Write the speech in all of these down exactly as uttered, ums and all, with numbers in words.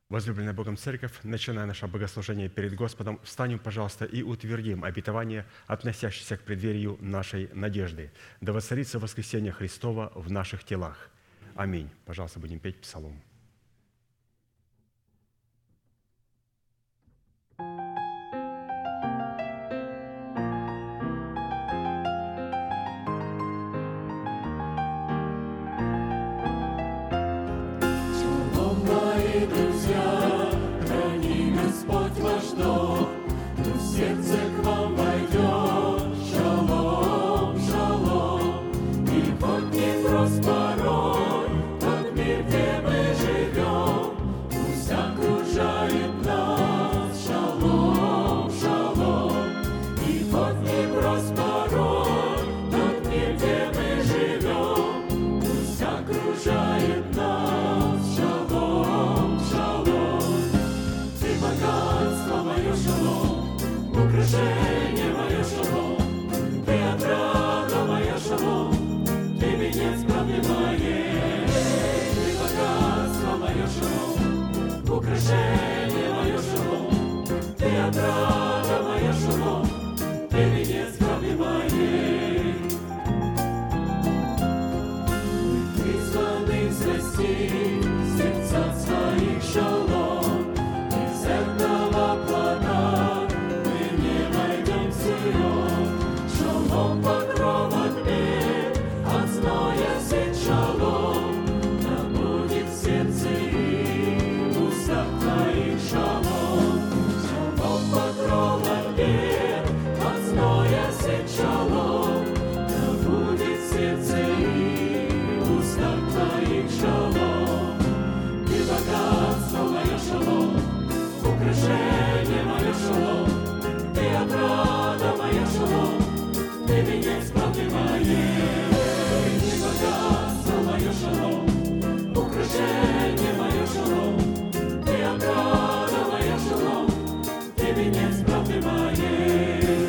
Возлюбленная Богом Церковь, начиная наше богослужение перед Господом, встанем, пожалуйста, и утвердим обетование, относящееся к преддверию нашей надежды. Да воцарится воскресение Христова в наших телах. Аминь. Пожалуйста, будем петь псалом. Друзья, храни Господь ваш дом, но в сердце к вам войдет. Шалом, шалом, и хоть не прост порой тот мир, где мы живем, пусть окружает нас. Шалом, шалом, и хоть не прост порой тот мир, где мы живем, пусть окружает нас. Украшение мое шалом, ты отрада моя шалом, ты венец правды моей, ты богатство мое шалом, украшение мое шалом, ты отрада моя шалом, ты венец правды моей. Мы призваны спасти сердца своих шалом, из этого плода шалом покрова дверь, от зноя сеть шалом, да будет в сердце и в устах твоих шалом. Шалом покрова дверь, от зноя сеть шалом, да будет в сердце и в устах твоих шалом. Ты богатство мое шалом, украшение мое шалом, ты отрада моя шалом, ты венец правды моей, ты богатство мое шалом, украшение мое шалом, ты отрада моя шалом, ты венец правды моей.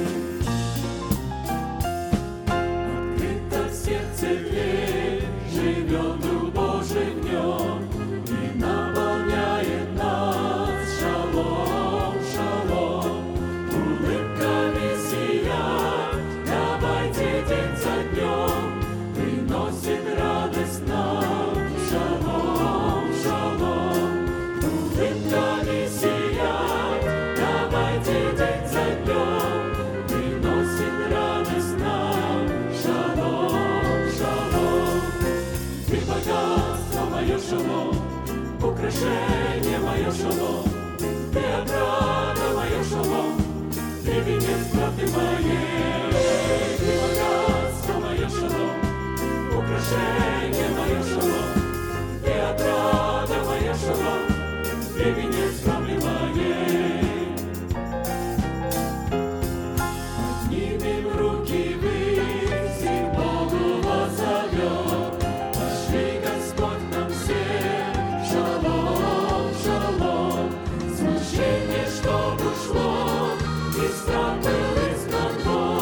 Открыто в сердце дверь, живет Дух Божий в нем и наполняет нас. Шалом, шалом, улыбками сияет, давайте день за днем, приносит радость нам. Шалом, шалом, улыбками сияет, давайте день за днем, приносит радость нам. Шалом, шалом, ты богатство мое шалом, украшение мое шалом, ты отрада мое шалом, ты венец правды моей, ты богатство мое шалом, украшение мое шалом, ты отрада моя шалом, ты венец правды моей. Поднимем руки ввысь и Богу воззовем, пошли Господь нам всем. Шалом, шалом, смущение, чтоб ушло, и страх был изгнан.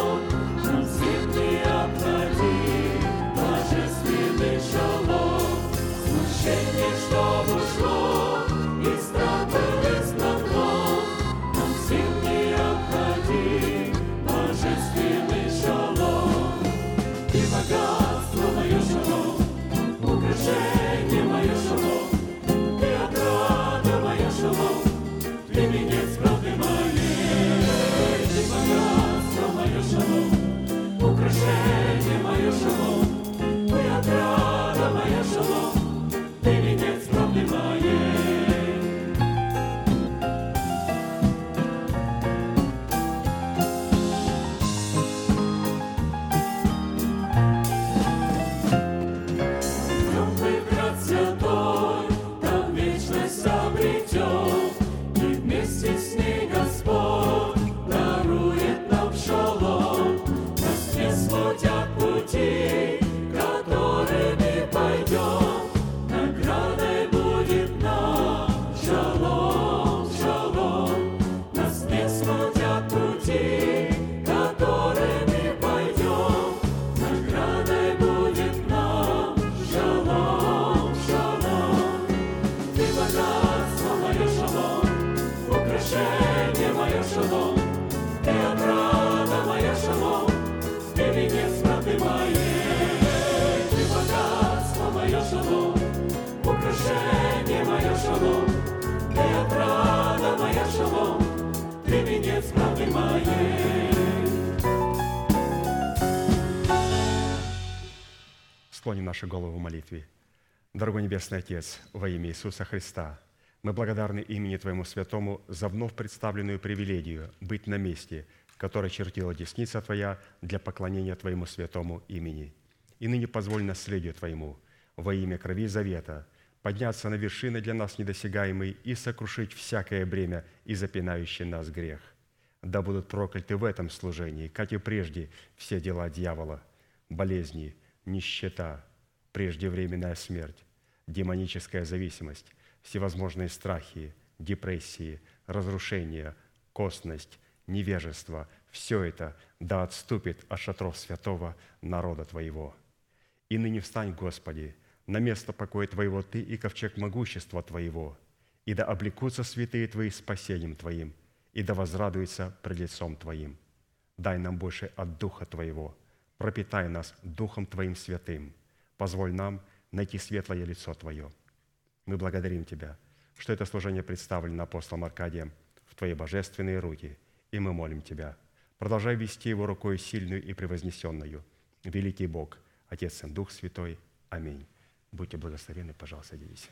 Украшение мое шалом, ты отрада моя шалом, ты венец правды моей, ты богатство мое шалом, украшение мое шалом, ты отрада моя шалом, ты венец правды моей. Склоним наши головы в молитве. Дорогой Небесный Отец, во имя Иисуса Христа, мы благодарны имени Твоему Святому за вновь представленную привилегию быть на месте, которое чертила десница Твоя для поклонения Твоему святому имени. И ныне позволь наследию Твоему во имя крови завета подняться на вершины для нас недосягаемые и сокрушить всякое бремя и запинающий нас грех. Да будут прокляты в этом служении, как и прежде, все дела дьявола, болезни, нищета, преждевременная смерть, демоническая зависимость, всевозможные страхи, депрессии, разрушения, косность, невежество – все это да отступит от шатров святого народа Твоего. И ныне встань, Господи, на место покоя Твоего Ты и ковчег могущества Твоего, и да облекутся святые Твои спасением Твоим, и да возрадуются пред лицом Твоим. Дай нам больше от Духа Твоего, пропитай нас Духом Твоим святым, позволь нам найти светлое лицо Твое. Мы благодарим Тебя, что это служение представлено апостолом Аркадием в Твои божественные руки, и мы молим Тебя, продолжай вести его рукой сильную и превознесенную. Великий Бог, Отец, Сын, Дух Святой. Аминь. Будьте благословенны, пожалуйста, садитесь.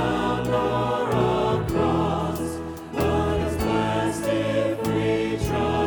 Trust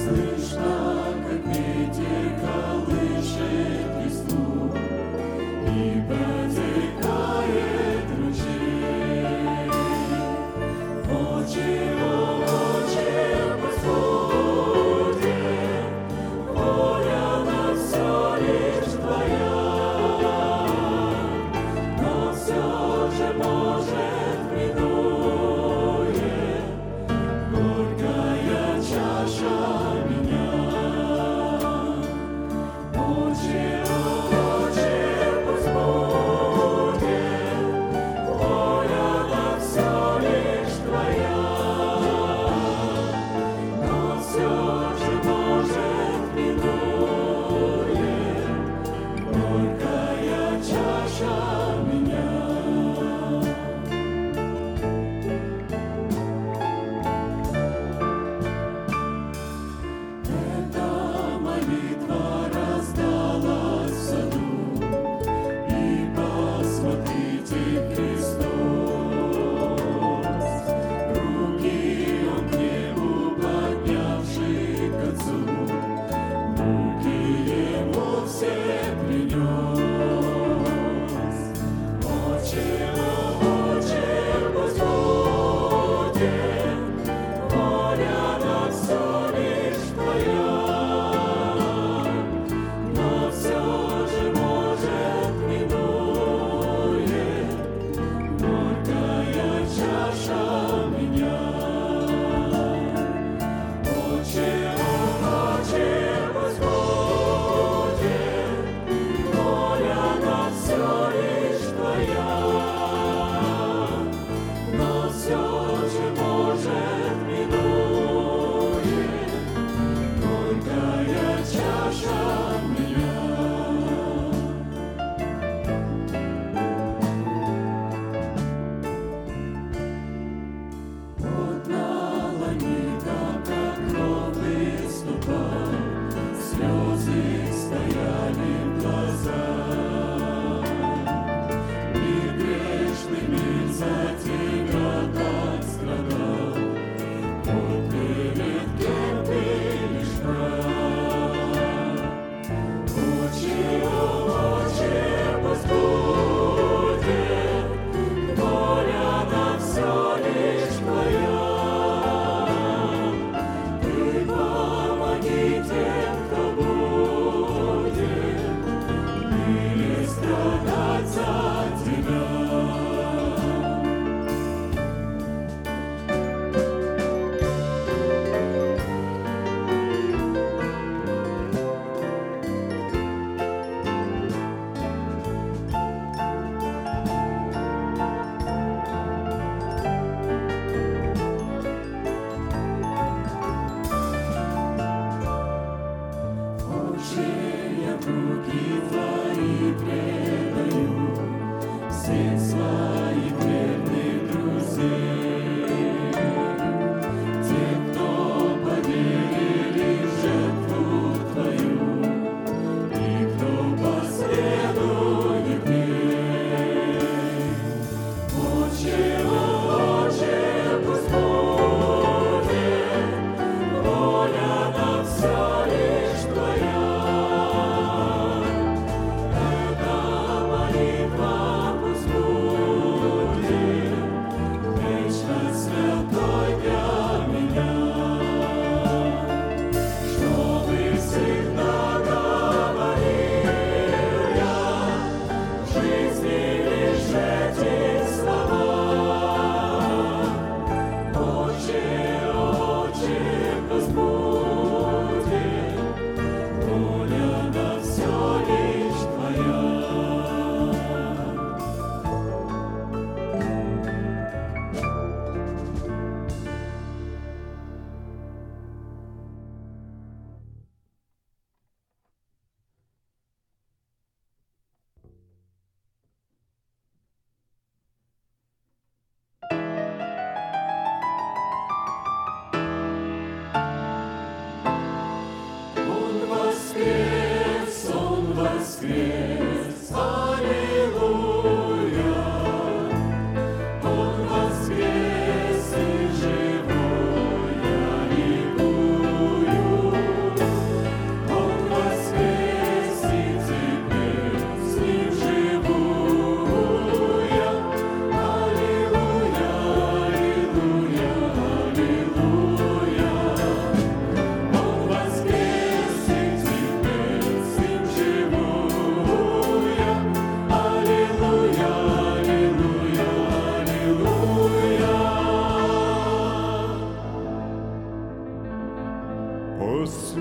Молитва пусть будет.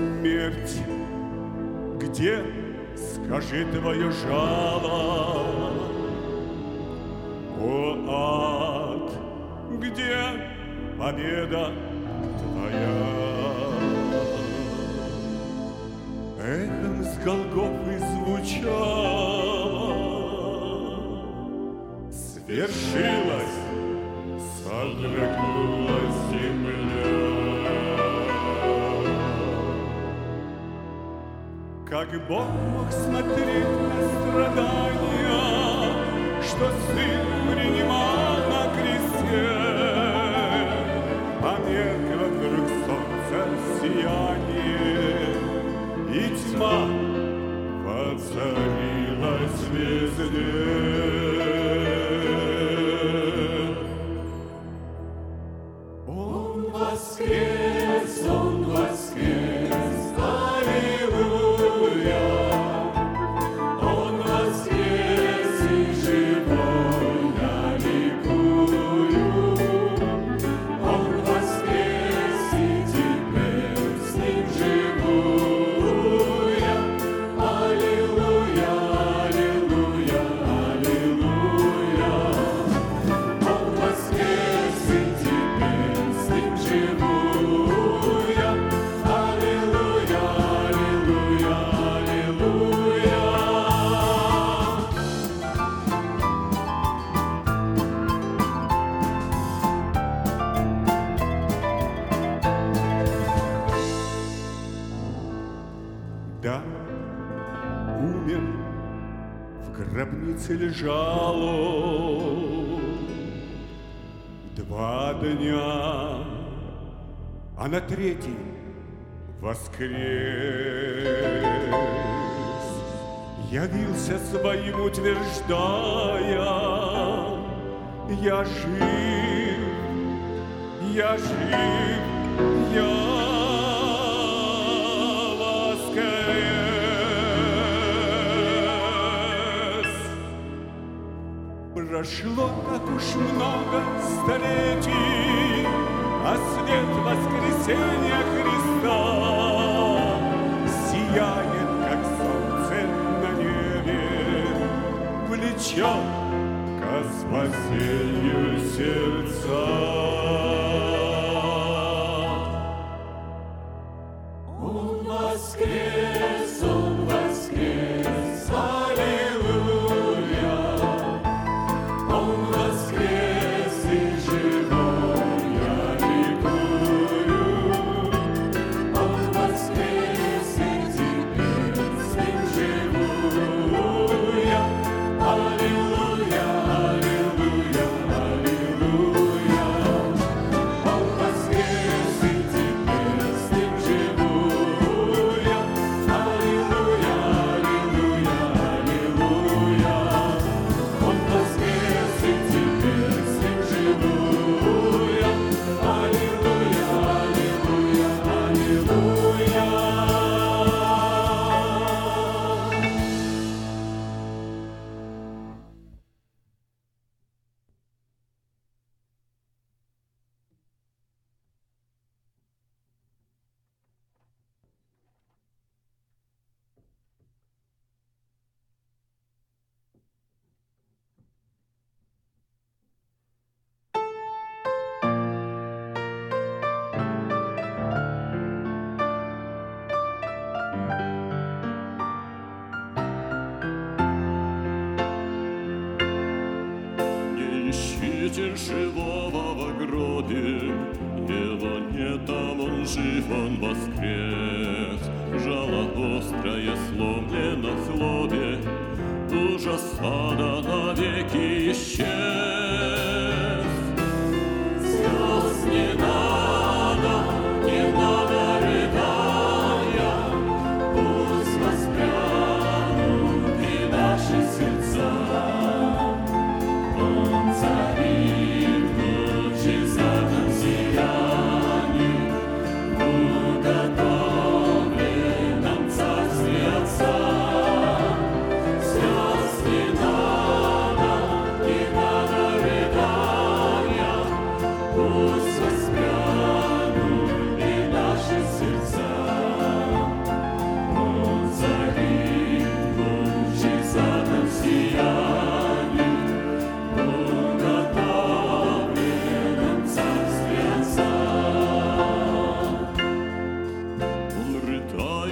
Смерть, где, скажи, твое жало? О, ад, где победа твоя? Эхом с Голгофы звучало, свершилось, содрогнулась земля. Как Бог мог смотреть на страдания, что Сын принимал на кресте? Померкло вдруг солнце сияние, и тьма воцарилась везде. Он воскрес, Он воскрес, аллилуйя. Он воскрес, и живой я ликую. Он воскрес, и теперь с Ним живу я. Аллилуйя, аллилуйя, аллилуйя. Он воскрес, и теперь с Ним живу я. Аллилуйя, аллилуйя, аллилуйя. Да, умер, в гробнице лежало два дня, а на третий воскрес. Явился своим, утверждая: я жив, я жив, я воскрес. Прошло так уж много столетий, а свет воскресения Христа сияет, как солнце на небе, влечет ко спасению сердца. Он воскрес, Он воскрес, аллилуйя. Он воскрес, и живой я ликую. Он воскрес, и теперь с Ним живу я. Аллилуйя, аллилуйя, аллилуйя. Он воскрес, и теперь с Ним живу я. Аллилуйя, аллилуйя, аллилуйя. Он воскрес, и теперь с Ним живу я. Аллилуйя, аллилуйя, аллилуйя. Не ищите живого во гробе, его нет, там он жив, он воскрес. Жало острое сломлено в злобе, ужас ада навеки исчез. Слез не надо, не надо рыдания, пусть воспрянут и наши сердца. Он царит в лучезарном сиянии, в угодном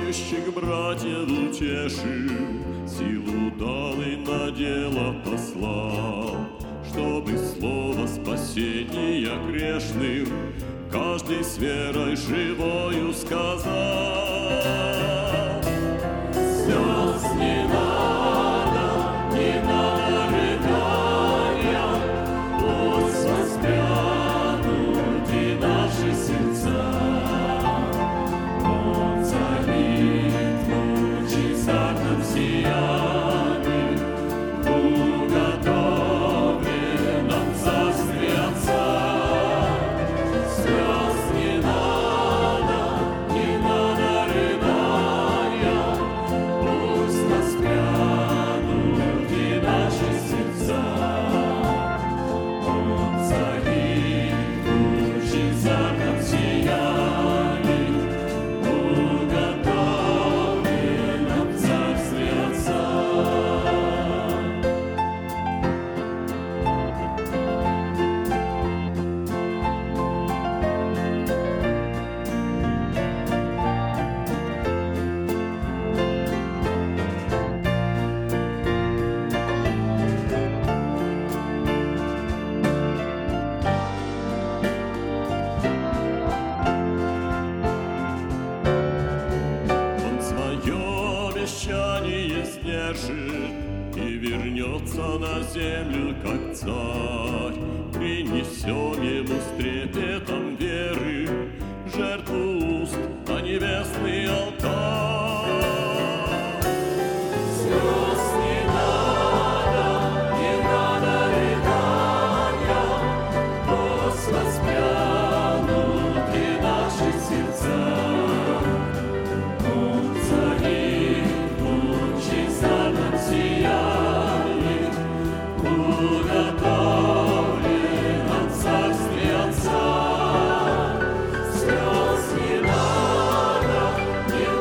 Нищих братьев утешил, силу дал и на дело послал, чтобы слово спасения грешным каждый с верой живою сказал. Слез не надо, не надо рыдания, пусть воспрянут и наши сердца. Он царит в лучезарном сиянии, уготовлен нам царствие Отца. Слез не надо, не надо рыдания, пусть воспрянут и наши сердца. Он царит в лучезарном сиянии, уготовлен нам царствие Отца. Он свое обещание сдержит и вернется на землю, как царь. Принесем ему с трепетом веры жертву уст на небесный алтарь. Слез не надо, не надо рыдания, пусть воспрянут и наши сердца. Он царит в лучезарном сиянии, уготовлен нам царствие Отца. Слез не надо, не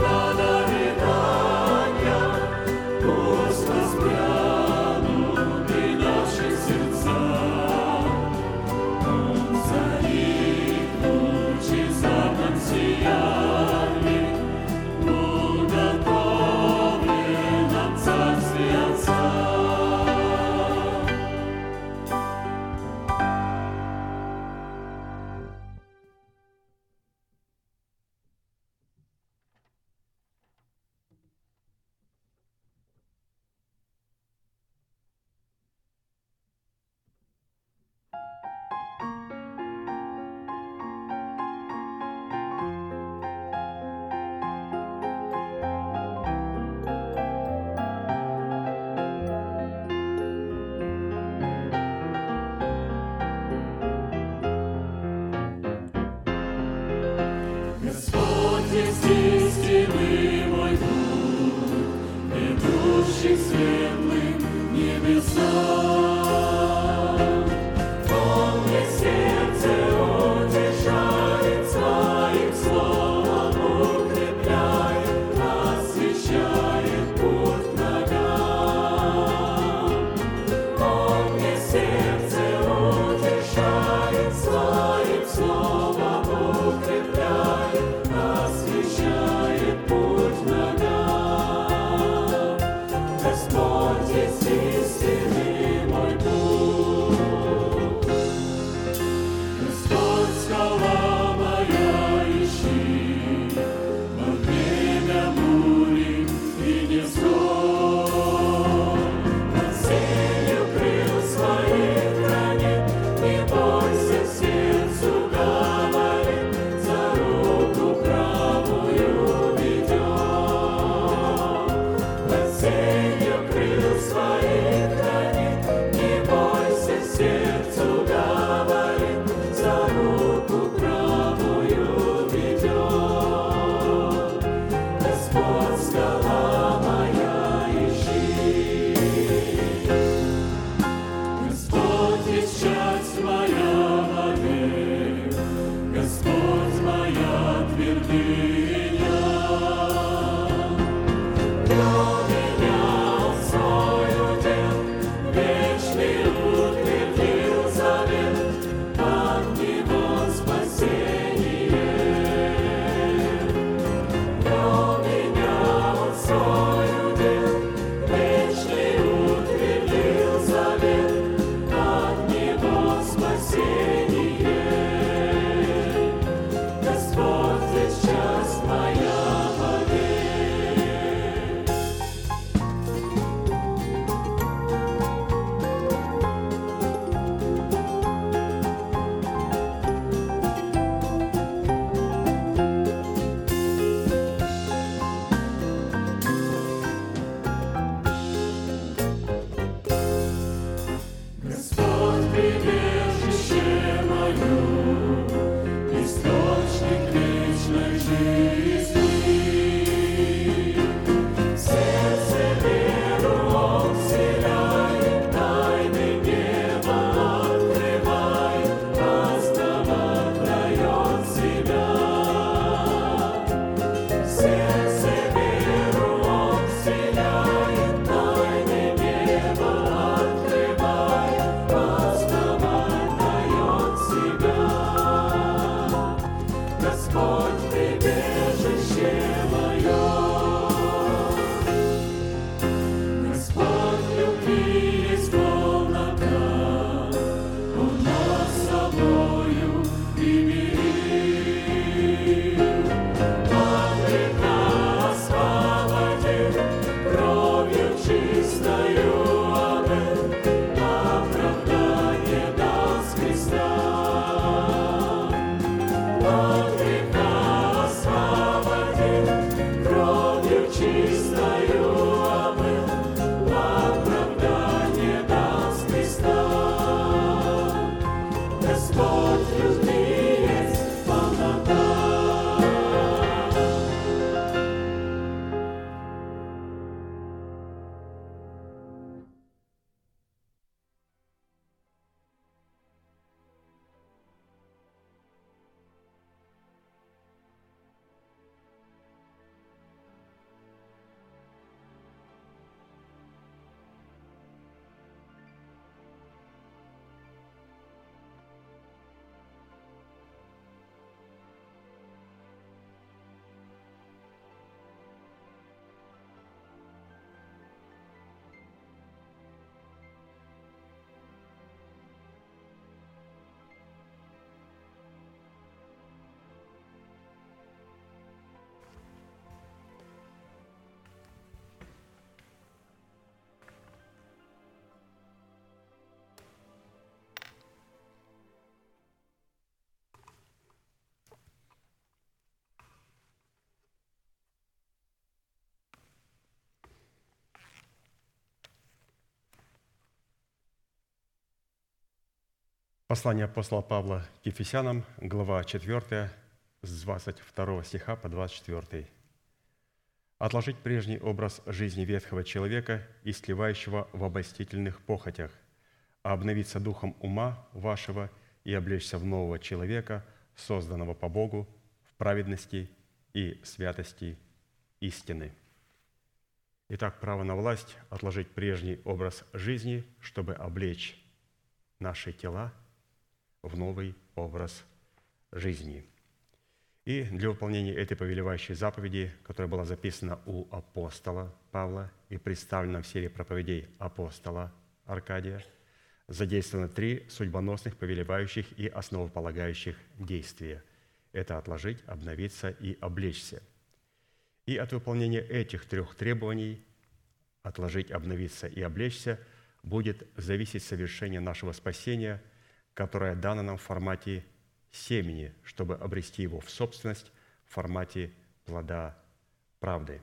Послание апостола Павла к Ефесянам, глава четвёртая, с двадцать второго стиха по двадцать четвёртый. «Отложить прежний образ жизни ветхого человека, истлевающего в обольстительных похотях, а обновиться духом ума вашего и облечься в нового человека, созданного по Богу в праведности и святости истины». Итак, право на власть – отложить прежний образ жизни, чтобы облечь наши тела в новый образ жизни. И для выполнения этой повелевающей заповеди, которая была записана у апостола Павла и представлена в серии проповедей апостола Аркадия, задействованы три судьбоносных, повелевающих и основополагающих действия. Это отложить, обновиться и облечься. И от выполнения этих трех требований – отложить, обновиться и облечься – будет зависеть совершение нашего спасения, которое дано нам в формате семени, чтобы обрести его в собственность в формате плода правды.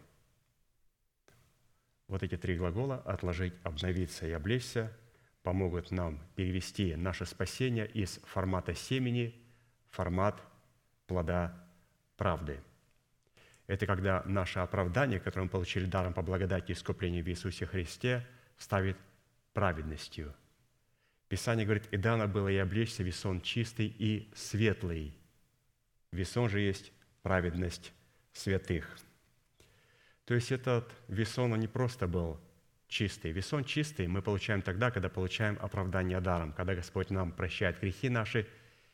Вот эти три глагола – отложить, обновиться и облечься – помогут нам перевести наше спасение из формата семени в формат плода правды. Это когда наше оправдание, которое мы получили даром по благодати и искуплению в Иисусе Христе, ставит праведностью. Писание говорит: «И дано было и облечься весон чистый и светлый». Весон же есть праведность святых. То есть этот весон, он не просто был чистый. Весон чистый мы получаем тогда, когда получаем оправдание даром, когда Господь нам прощает грехи наши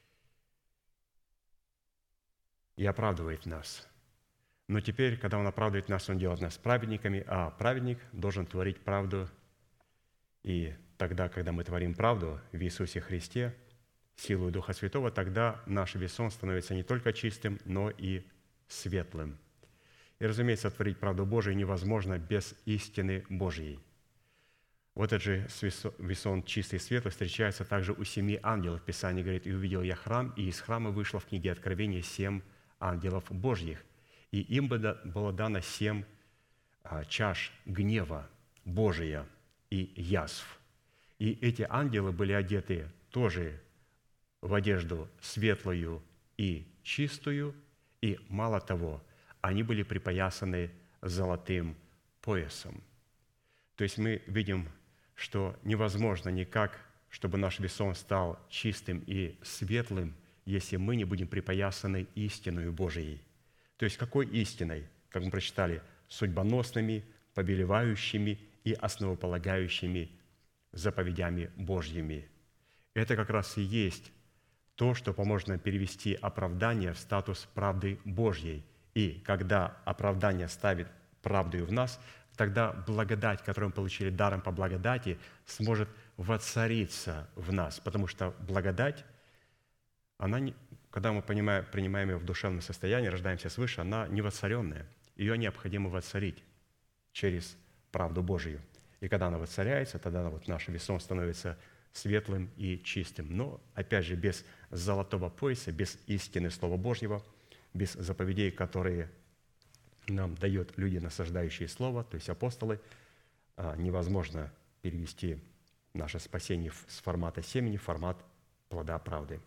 и оправдывает нас. Но теперь, когда Он оправдывает нас, Он делает нас праведниками, а праведник должен творить правду. И тогда, когда мы творим правду в Иисусе Христе, силою Духа Святого, тогда наш весон становится не только чистым, но и светлым. И, разумеется, творить правду Божию невозможно без истины Божьей. Вот этот же весон чистый и светлый встречается также у семи ангелов. Писание говорит: «И увидел я храм, и из храма вышло в книге Откровения семь ангелов Божьих, и им было дано семь чаш гнева Божия и язв. И эти ангелы были одеты тоже в одежду светлую и чистую, и, мало того, они были припоясаны золотым поясом». То есть мы видим, что невозможно никак, чтобы наш весон стал чистым и светлым, если мы не будем припоясаны истиною Божией. То есть какой истиной? Как мы прочитали, судьбоносными, повелевающими и основополагающими заповедями Божьими. Это как раз и есть то, что поможет нам перевести оправдание в статус правды Божьей. И когда оправдание ставит правду в нас, тогда благодать, которую мы получили даром по благодати, сможет воцариться в нас. Потому что благодать, она, не, когда мы понимаем, принимаем ее в душевном состоянии, рождаемся свыше, она не воцаренная. Ее необходимо воцарить через правду Божию. И когда она воцаряется, тогда вот наш весон становится светлым и чистым. Но, опять же, без золотого пояса, без истины Слова Божьего, без заповедей, которые нам дают люди, насаждающие Слово, то есть апостолы, невозможно перевести наше спасение с формата семени в формат плода правды.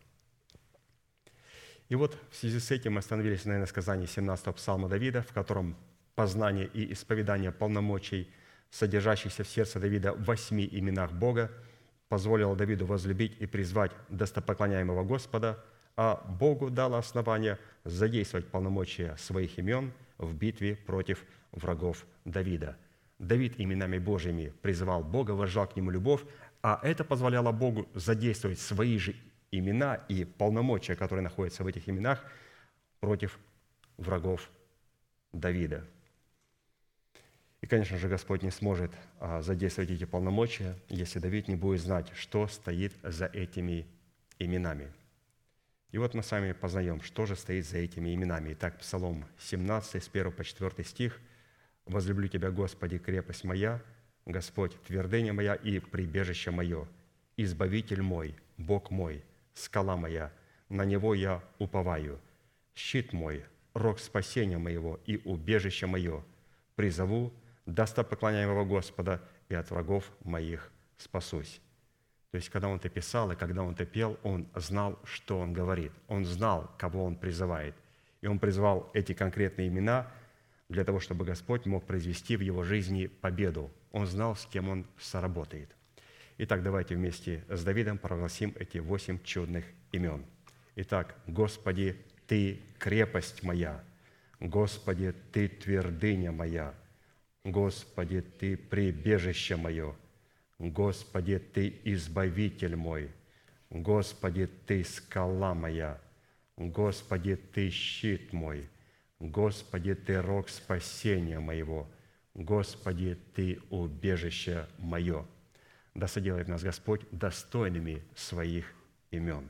И вот в связи с этим мы остановились на иносказании семнадцатого псалма Давида, в котором познание и исповедание полномочий, содержащихся в сердце Давида в восьми именах Бога, позволило Давиду возлюбить и призвать достопоклоняемого Господа, а Богу дало основание задействовать полномочия своих имен в битве против врагов Давида. Давид именами Божьими призывал Бога, возжал к Нему любовь, а это позволяло Богу задействовать свои же имена и полномочия, которые находятся в этих именах, против врагов Давида. И, конечно же, Господь не сможет задействовать эти полномочия, если Давид не будет знать, что стоит за этими именами. И вот мы с вами познаем, что же стоит за этими именами. Итак, Псалом семнадцать, с первого по четвёртый стих. «Возлюблю Тебя, Господи, крепость моя, Господь, твердыня моя и прибежище мое, избавитель мой, Бог мой, скала моя, на Него я уповаю, щит мой, рог спасения моего и убежище мое, призову достопоклоняемого Господа, и от врагов моих спасусь». То есть, когда он это писал и когда он это пел, он знал, что он говорит. Он знал, кого он призывает. И он призвал эти конкретные имена для того, чтобы Господь мог произвести в его жизни победу. Он знал, с кем он соработает. Итак, давайте вместе с Давидом провозгласим эти восемь чудных имен. Итак, «Господи, Ты крепость моя, Господи, Ты твердыня моя, Господи, Ты прибежище мое, Господи, Ты избавитель мой, Господи, Ты скала моя, Господи, Ты щит мой, Господи, Ты рог спасения моего, Господи, Ты убежище мое». Да соделает нас Господь достойными своих имен.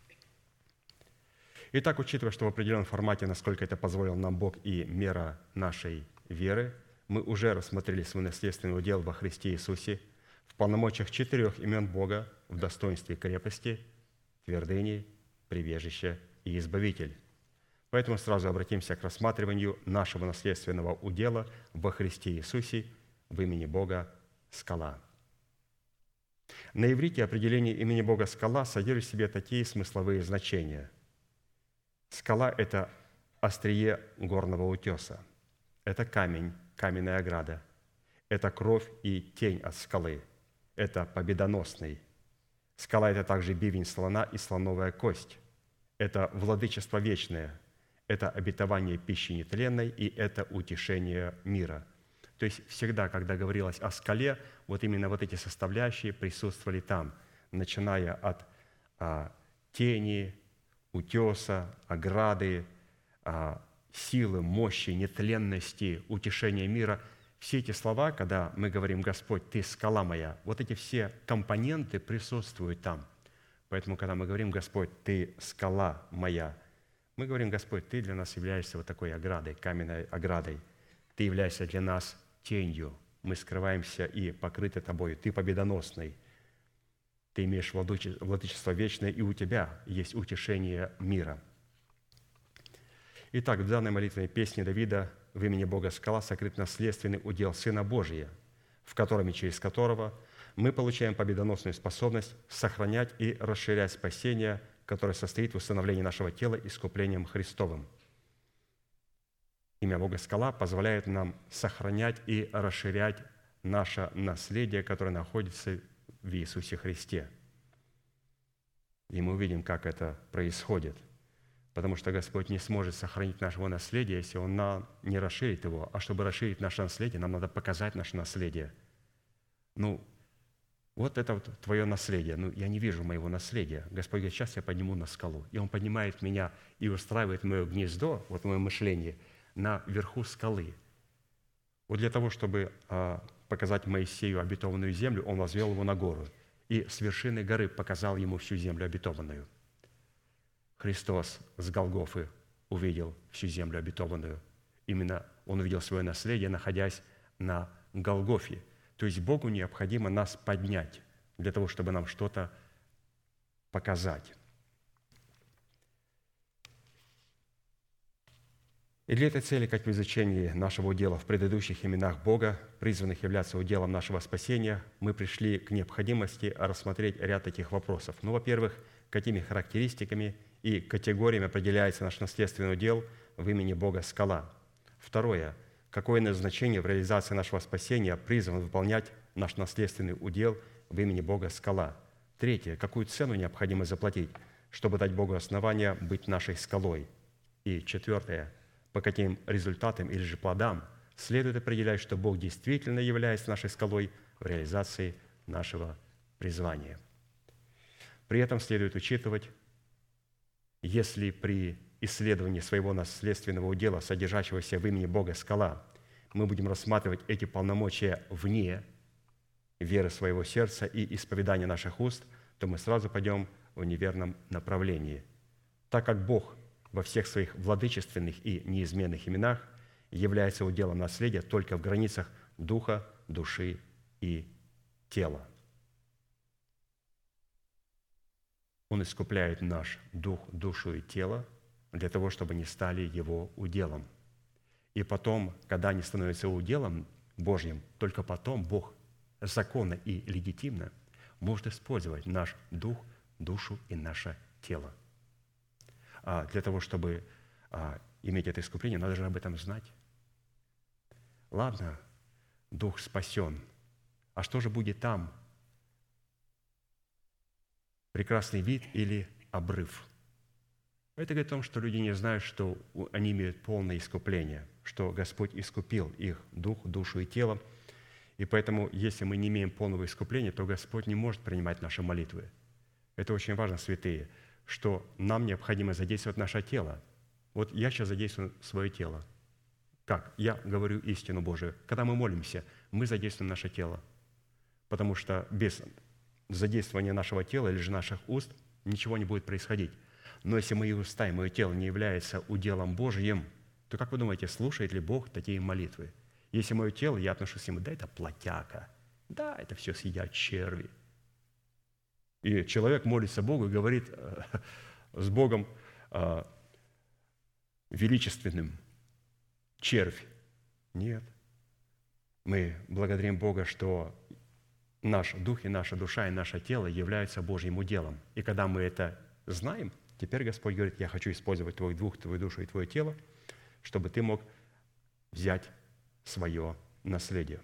Итак, учитывая, что в определенном формате, насколько это позволил нам Бог и мера нашей веры, мы уже рассмотрели свой наследственный удел во Христе Иисусе в полномочиях четырех имен Бога в достоинстве крепости, твердыни, прибежища и избавитель. Поэтому сразу обратимся к рассматриванию нашего наследственного удела во Христе Иисусе в имени Бога «Скала». На иврите определение имени Бога «Скала» содержит в себе такие смысловые значения. Скала – это острие горного утеса, это камень, каменная ограда, это кровь и тень от скалы, это победоносный. Скала – это также бивень слона и слоновая кость, это владычество вечное, это обетование пищи нетленной и это утешение мира. То есть всегда, когда говорилось о скале, вот именно вот эти составляющие присутствовали там, начиная от а, тени, утеса, ограды, а, силы, мощи, нетленности, утешения мира. Все эти слова, когда мы говорим «Господь, Ты скала моя», вот эти все компоненты присутствуют там. Поэтому, когда мы говорим «Господь, Ты скала моя», мы говорим «Господь, Ты для нас являешься вот такой оградой, каменной оградой. Ты являешься для нас тенью. Мы скрываемся и покрыты Тобою. Ты победоносный. Ты имеешь владычество вечное, и у Тебя есть утешение мира». Итак, в данной молитвенной песне Давида в имени Бога скала сокрыт наследственный удел Сына Божия, в котором и через которого мы получаем победоносную способность сохранять и расширять спасение, которое состоит в установлении нашего тела искуплением Христовым. Имя Бога скала позволяет нам сохранять и расширять наше наследие, которое находится в Иисусе Христе. И мы увидим, как это происходит. Потому что Господь не сможет сохранить нашего наследия, если Он не расширит его. А чтобы расширить наше наследие, нам надо показать наше наследие. Ну, вот это вот твое наследие. Ну, я не вижу моего наследия. Господь говорит, сейчас я подниму на скалу. И Он поднимает меня и устраивает мое гнездо, вот мое мышление, на верху скалы. Вот для того, чтобы а, показать Моисею обетованную землю, Он возвел его на гору. И с вершины горы показал ему всю землю обетованную. Христос с Голгофы увидел всю землю обетованную. Именно Он увидел свое наследие, находясь на Голгофе. То есть Богу необходимо нас поднять для того, чтобы нам что-то показать. И для этой цели, как в изучении нашего удела в предыдущих именах Бога, призванных являться уделом нашего спасения, мы пришли к необходимости рассмотреть ряд таких вопросов. Ну, во-первых, какими характеристиками и категориями определяется наш наследственный удел в имени Бога скала. Второе. Какое назначение в реализации нашего спасения призван выполнять наш наследственный удел в имени Бога скала. Третье. Какую цену необходимо заплатить, чтобы дать Богу основания быть нашей скалой. И четвертое. По каким результатам или же плодам следует определять, что Бог действительно является нашей скалой в реализации нашего призвания. При этом следует учитывать, если при исследовании своего наследственного удела, содержащегося в имени Бога скала, мы будем рассматривать эти полномочия вне веры своего сердца и исповедания наших уст, то мы сразу пойдем в неверном направлении, так как Бог во всех своих владычественных и неизменных именах является уделом наследия только в границах духа, души и тела. Он искупляет наш дух, душу и тело для того, чтобы они стали Его уделом. И потом, когда они становятся уделом Божьим, только потом Бог законно и легитимно может использовать наш дух, душу и наше тело. А для того, чтобы а, иметь это искупление, надо же об этом знать. Ладно, дух спасен. А что же будет там? Прекрасный вид или обрыв? Это говорит о том, что люди не знают, что они имеют полное искупление, что Господь искупил их дух, душу и тело. И поэтому, если мы не имеем полного искупления, то Господь не может принимать наши молитвы. Это очень важно, святые, что нам необходимо задействовать наше тело. Вот я сейчас задействую свое тело. Как? Я говорю истину Божию. Когда мы молимся, мы задействуем наше тело. Потому что без задействования нашего тела или же наших уст ничего не будет происходить. Но если мои уста и мое тело не являются уделом Божьим, то как вы думаете, слушает ли Бог такие молитвы? Если мое тело, я отношусь к нему, да, это плотяка, да, это все съедят черви. И человек молится Богу и говорит э, с Богом э, величественным: червь. Нет. Мы благодарим Бога, что наш дух и наша душа и наше тело являются Божьим уделом. И когда мы это знаем, теперь Господь говорит: я хочу использовать твой дух, твою душу и твое тело, чтобы ты мог взять свое наследие.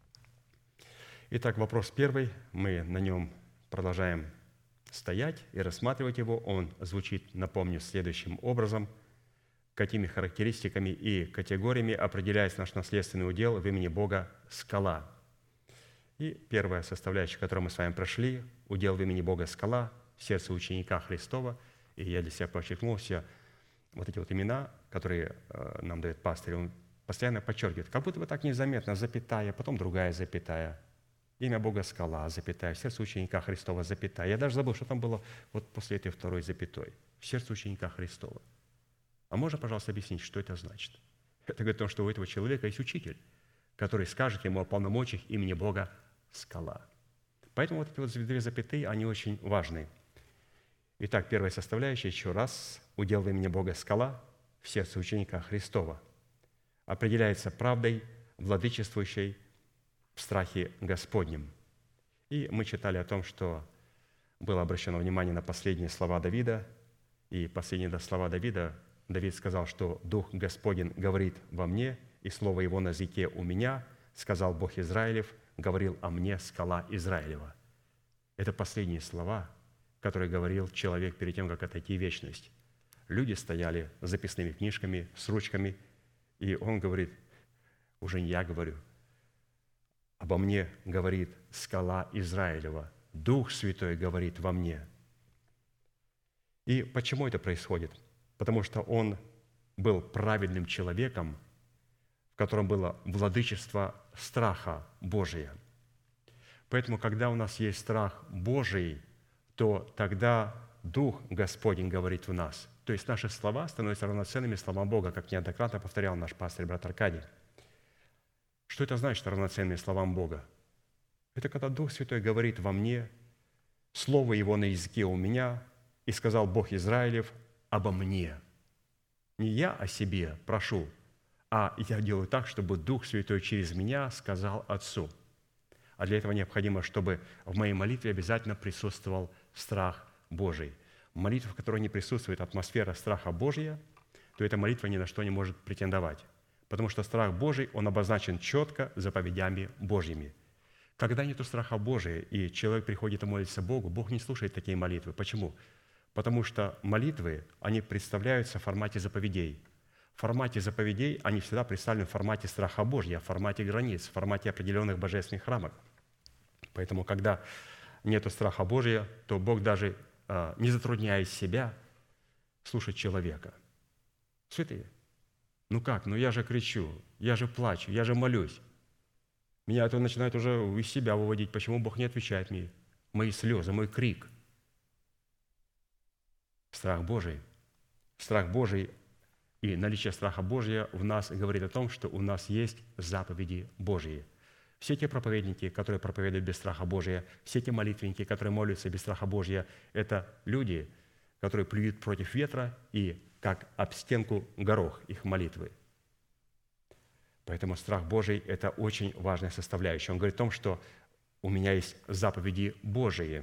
Итак, вопрос первый. Мы на нем продолжаем стоять и рассматривать его. Он звучит, напомню, следующим образом: какими характеристиками и категориями определяется наш наследственный удел в имени Бога скала. И первая составляющая, которую мы с вами прошли, удел в имени Бога скала в сердце ученика Христова. И я для себя подчеркнул все вот эти вот имена, которые нам дает пастырь. Он постоянно подчеркивает, как будто бы так незаметно, запятая, потом другая запятая. Имя Бога скала, запятая, в сердце ученика Христова, запятая. Я даже забыл, что там было вот после этой второй запятой. В сердце ученика Христова. А можно, пожалуйста, объяснить, что это значит? Это говорит о том, что у этого человека есть учитель, который скажет ему о полномочиях имени Бога скала. Поэтому вот эти вот две запятые, они очень важны. Итак, первая составляющая, еще раз, удел в имени Бога скала в сердце ученика Христова определяется правдой, владычествующей в страхе Господнем. И мы читали о том, что было обращено внимание на последние слова Давида, и последние слова Давида, Давид сказал, что «Дух Господень говорит во мне, и слово Его на языке у меня, сказал Бог Израилев, говорил о мне скала Израилева». Это последние слова, которые говорил человек перед тем, как отойти в вечность. Люди стояли с записными книжками, с ручками, и он говорит, уже не я говорю, обо мне говорит скала Израилева, Дух Святой говорит во мне. И почему это происходит? Потому что он был праведным человеком, в котором было владычество страха Божия. Поэтому, когда у нас есть страх Божий, то тогда Дух Господень говорит в нас. То есть наши слова становятся равноценными словам Бога, как неоднократно повторял наш пастырь, брат Аркадий. Что это значит, равноценными словам Бога? Это когда Дух Святой говорит во мне, слово Его на языке у меня, и сказал Бог Израилев обо мне. Не я о себе прошу, а я делаю так, чтобы Дух Святой через меня сказал Отцу. А для этого необходимо, чтобы в моей молитве обязательно присутствовал страх Божий. Молитва, в которой не присутствует атмосфера страха Божия, то эта молитва ни на что не может претендовать. Потому что страх Божий, он обозначен четко заповедями Божьими. Когда нет страха Божия, и человек приходит и молится Богу, Бог не слушает такие молитвы. Почему? Потому что молитвы, они представляются в формате заповедей. В формате заповедей они всегда представлены в формате страха Божьего, в формате границ, в формате определенных божественных рамок. Поэтому, когда нет страха Божия, то Бог даже не затрудняет себя слушать человека. Святые, ну как, ну я же кричу, я же плачу, я же молюсь. Меня это начинает уже из себя выводить. Почему Бог не отвечает мне? Мои слезы, мой крик. Страх Божий. Страх Божий и наличие страха Божия в нас говорит о том, что у нас есть заповеди Божьи. Все те проповедники, которые проповедуют без страха Божия, все те молитвенники, которые молятся без страха Божия, это люди, которые плюют против ветра и как об стенку горох их молитвы. Поэтому страх Божий – это очень важная составляющая. Он говорит о том, что у меня есть заповеди Божии.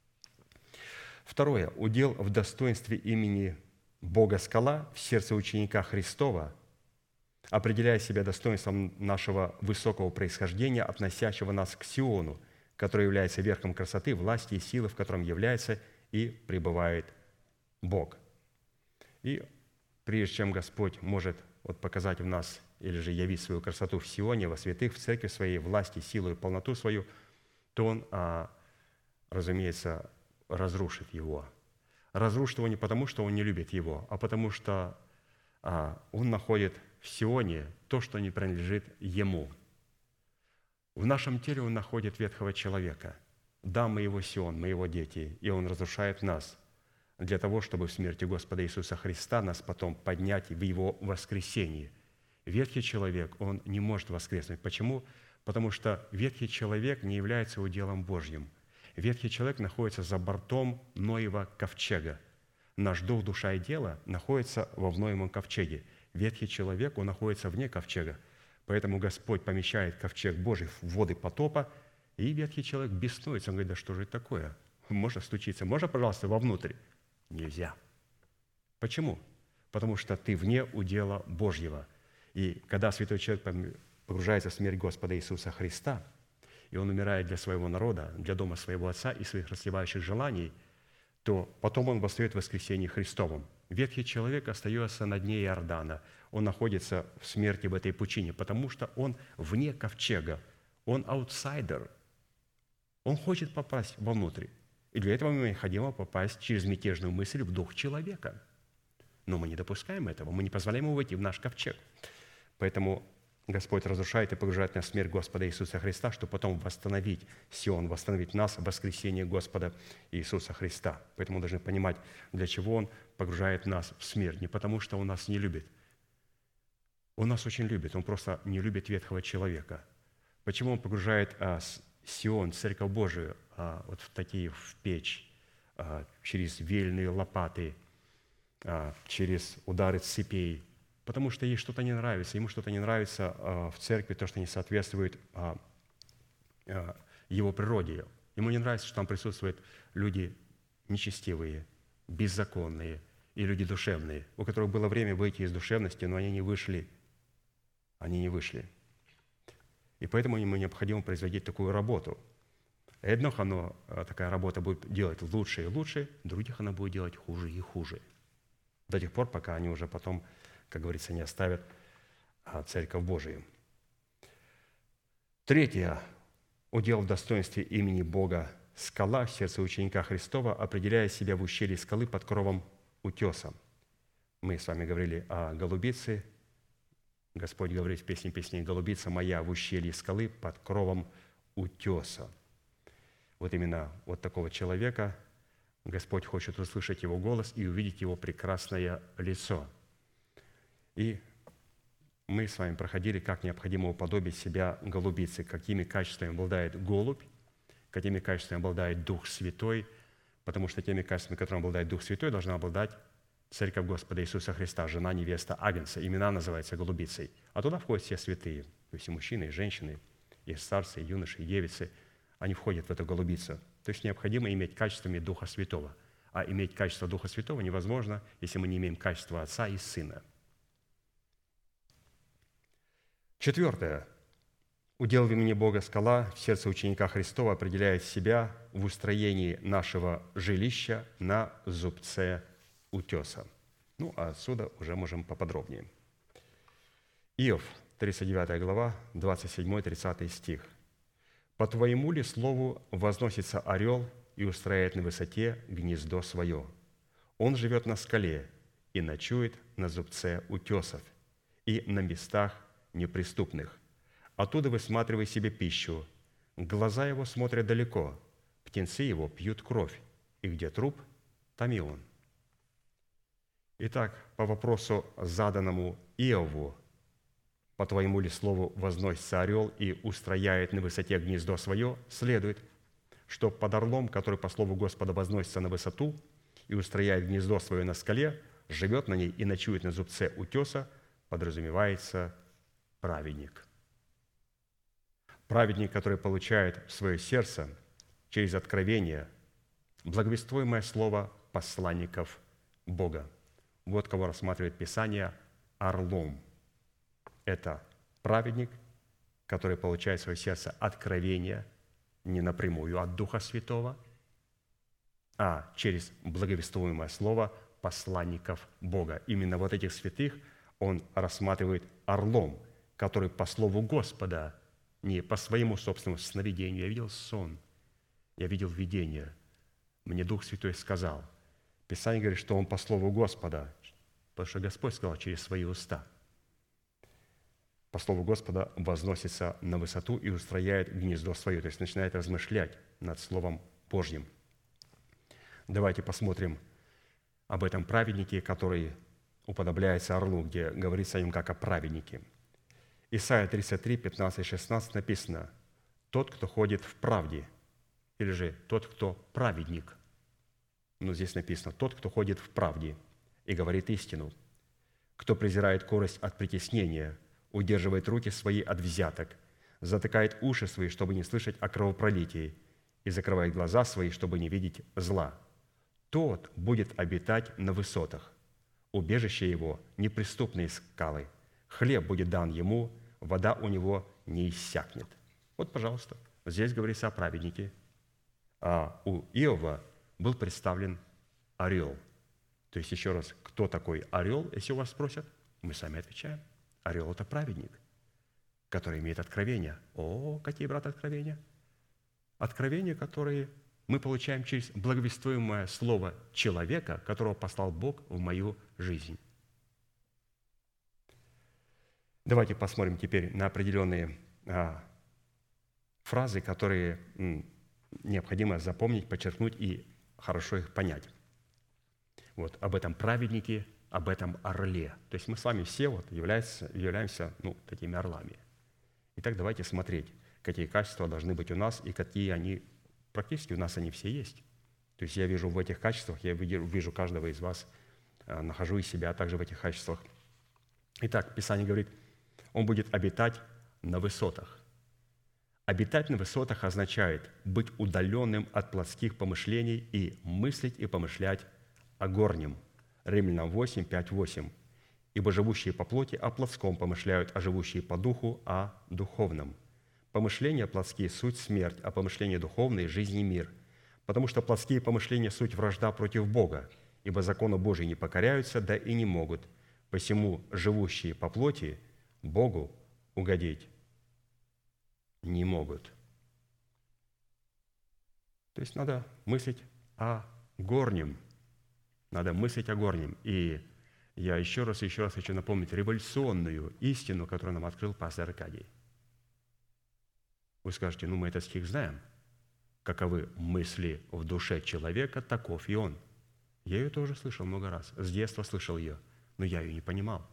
Второе. Удел в достоинстве имени Бога скала в сердце ученика Христова, определяя себя достоинством нашего высокого происхождения, относящего нас к Сиону, который является верхом красоты, власти и силы, в котором является и пребывает Бог. И прежде чем Господь может вот показать в нас или же явить свою красоту в Сионе, во святых, в церкви своей, власти, силу и полноту свою, то Он, разумеется, разрушит его. Разрушит его не потому, что Он не любит его, а потому что Он находит в Сионе то, что не принадлежит Ему. В нашем теле Он находит ветхого человека. Да, мы Его Сион, мы Его дети, и Он разрушает нас для того, чтобы в смерти Господа Иисуса Христа нас потом поднять в Его воскресении. Ветхий человек, он не может воскреснуть. Почему? Потому что ветхий человек не является уделом Божьим. Ветхий человек находится за бортом Ноева ковчега. Наш дух, душа и дело находятся во Ноевом ковчеге. Ветхий человек, он находится вне ковчега. Поэтому Господь помещает ковчег Божий в воды потопа, и ветхий человек беснуется. Он говорит: да что же это такое? Можно стучиться? Можно, пожалуйста, вовнутрь? Нельзя. Почему? Потому что ты вне удела Божьего. И когда святой человек погружается в смерть Господа Иисуса Христа, и он умирает для своего народа, для дома своего Отца и своих расслевающих желаний, то потом он восстает в воскресении Христовом. Ветхий человек остается на дне Иордана. Он находится в смерти в этой пучине, потому что он вне ковчега. Он аутсайдер. Он хочет попасть вовнутрь. И для этого ему необходимо попасть через мятежную мысль в дух человека. Но мы не допускаем этого, мы не позволяем ему войти в наш ковчег. Поэтому Господь разрушает и погружает нас в смерть Господа Иисуса Христа, чтобы потом восстановить Сион, восстановить нас в воскресение Господа Иисуса Христа. Поэтому мы должны понимать, для чего Он погружает нас в смерть. Не потому, что Он нас не любит. Он нас очень любит, Он просто не любит ветхого человека. Почему Он погружает а, Сион, Церковь Божию, а, вот в такие, в печь, а, через вельные лопаты, а, через удары цепей? Потому что ей что-то не нравится, ему что-то не нравится а, в церкви, то, что не соответствует а, а, его природе. Ему не нравится, что там присутствуют люди нечестивые, беззаконные и люди душевные, у которых было время выйти из душевности, но они не вышли. Они не вышли. И поэтому ему необходимо производить такую работу. Одних оно, такая работа будет делать лучше и лучше, других она будет делать хуже и хуже. До тех пор, пока они уже потом, как говорится, не оставят Церковь Божию. Третье. Удел в достоинстве имени Бога скала в сердце ученика Христова, определяя себя в ущелье скалы под кровом утеса. Мы с вами говорили о голубице. Господь говорит в песне песней: «Голубица моя в ущелье скалы под кровом утеса». Вот именно вот такого человека Господь хочет услышать его голос и увидеть его прекрасное лицо. И мы с вами проходили, как необходимо уподобить себя голубице, какими качествами обладает голубь, какими качествами обладает Дух Святой, потому что теми качествами, которыми обладает Дух Святой, должна обладать Церковь Господа Иисуса Христа, жена, невеста, агнца. Имена называется голубицей. А туда входят все святые, то есть и мужчины, и женщины, и старцы, и юноши, и девицы. Они входят в эту голубицу. То есть необходимо иметь качествами Духа Святого. А иметь качество Духа Святого невозможно, если мы не имеем качества Отца и Сына. Четвертое. Удел в имени Бога скала в сердце ученика Христова определяет себя в устроении нашего жилища на зубце утеса. Ну, а отсюда уже можем поподробнее. Иов, тридцать девятая глава, двадцать седьмой тридцатый стих. «По твоему ли слову возносится орел и устрояет на высоте гнездо свое? Он живет на скале и ночует на зубце утесов и на местах неприступных. Оттуда высматривай себе пищу. Глаза его смотрят далеко, птенцы его пьют кровь, и где труп, там и он». Итак, по вопросу, заданному Иову, «По твоему ли слову возносится орел и устрояет на высоте гнездо свое», следует, что под орлом, который по слову Господа возносится на высоту и устрояет гнездо свое на скале, живет на ней и ночует на зубце утеса, подразумевается праведник. Праведник, который получает в свое сердце через откровение благовествуемое слово посланников Бога. Вот кого рассматривает Писание орлом. Это праведник, который получает в свое сердце откровение не напрямую от Духа Святого, а через благовествуемое слово посланников Бога. Именно вот этих святых он рассматривает орлом, который по слову Господа, не по своему собственному сновидению. Я видел сон, я видел видение. Мне Дух Святой сказал. Писание говорит, что он по слову Господа, потому что Господь сказал через свои уста. По слову Господа возносится на высоту и устрояет гнездо свое, то есть начинает размышлять над Словом Божьим. Давайте посмотрим об этом праведнике, который уподобляется орлу, где говорится о нем как о праведнике. Исайя тридцать три, пятнадцать, шестнадцать написано: «Тот, кто ходит в правде», или же «тот, кто праведник». Но здесь написано «тот, кто ходит в правде и говорит истину, кто презирает корость от притеснения, удерживает руки свои от взяток, затыкает уши свои, чтобы не слышать о кровопролитии, и закрывает глаза свои, чтобы не видеть зла. Тот будет обитать на высотах, убежище его – неприступные скалы, хлеб будет дан ему, вода у него не иссякнет». Вот, пожалуйста, здесь говорится о праведнике. А у Иова был представлен орел. То есть, еще раз, кто такой орел, если у вас спросят, мы сами отвечаем. Орел – это праведник, который имеет откровения. О, какие, брат, откровения? Откровения, которые мы получаем через благовествуемое слово человека, которого послал Бог в мою жизнь. Давайте посмотрим теперь на определенные а, фразы, которые м, необходимо запомнить, подчеркнуть и хорошо их понять. Вот об этом праведнике, об этом орле. То есть мы с вами все вот являемся, являемся ну, такими орлами. Итак, давайте смотреть, какие качества должны быть у нас и какие они, практически у нас они все есть. То есть я вижу в этих качествах, я вижу каждого из вас, нахожу и себя также в этих качествах. Итак, Писание говорит, он будет обитать на высотах. Обитать на высотах означает быть удаленным от плотских помышлений и мыслить и помышлять о горнем. Римлянам восемь, пять, восемь. «Ибо живущие по плоти о плотском помышляют, а живущие по духу о духовном. Помышления плотские – суть смерть, а помышления духовные – жизнь и мир. Потому что плотские помышления – суть вражда против Бога, ибо закону Божию не покоряются, да и не могут. Посему живущие по плоти Богу угодить не могут». То есть надо мыслить о горнем. Надо мыслить о горнем. И я еще раз и еще раз хочу напомнить революционную истину, которую нам открыл пастор Аркадий. Вы скажете, ну мы этот стих знаем. Каковы мысли в душе человека, таков и он. Я ее тоже слышал много раз. С детства слышал ее, но я ее не понимал.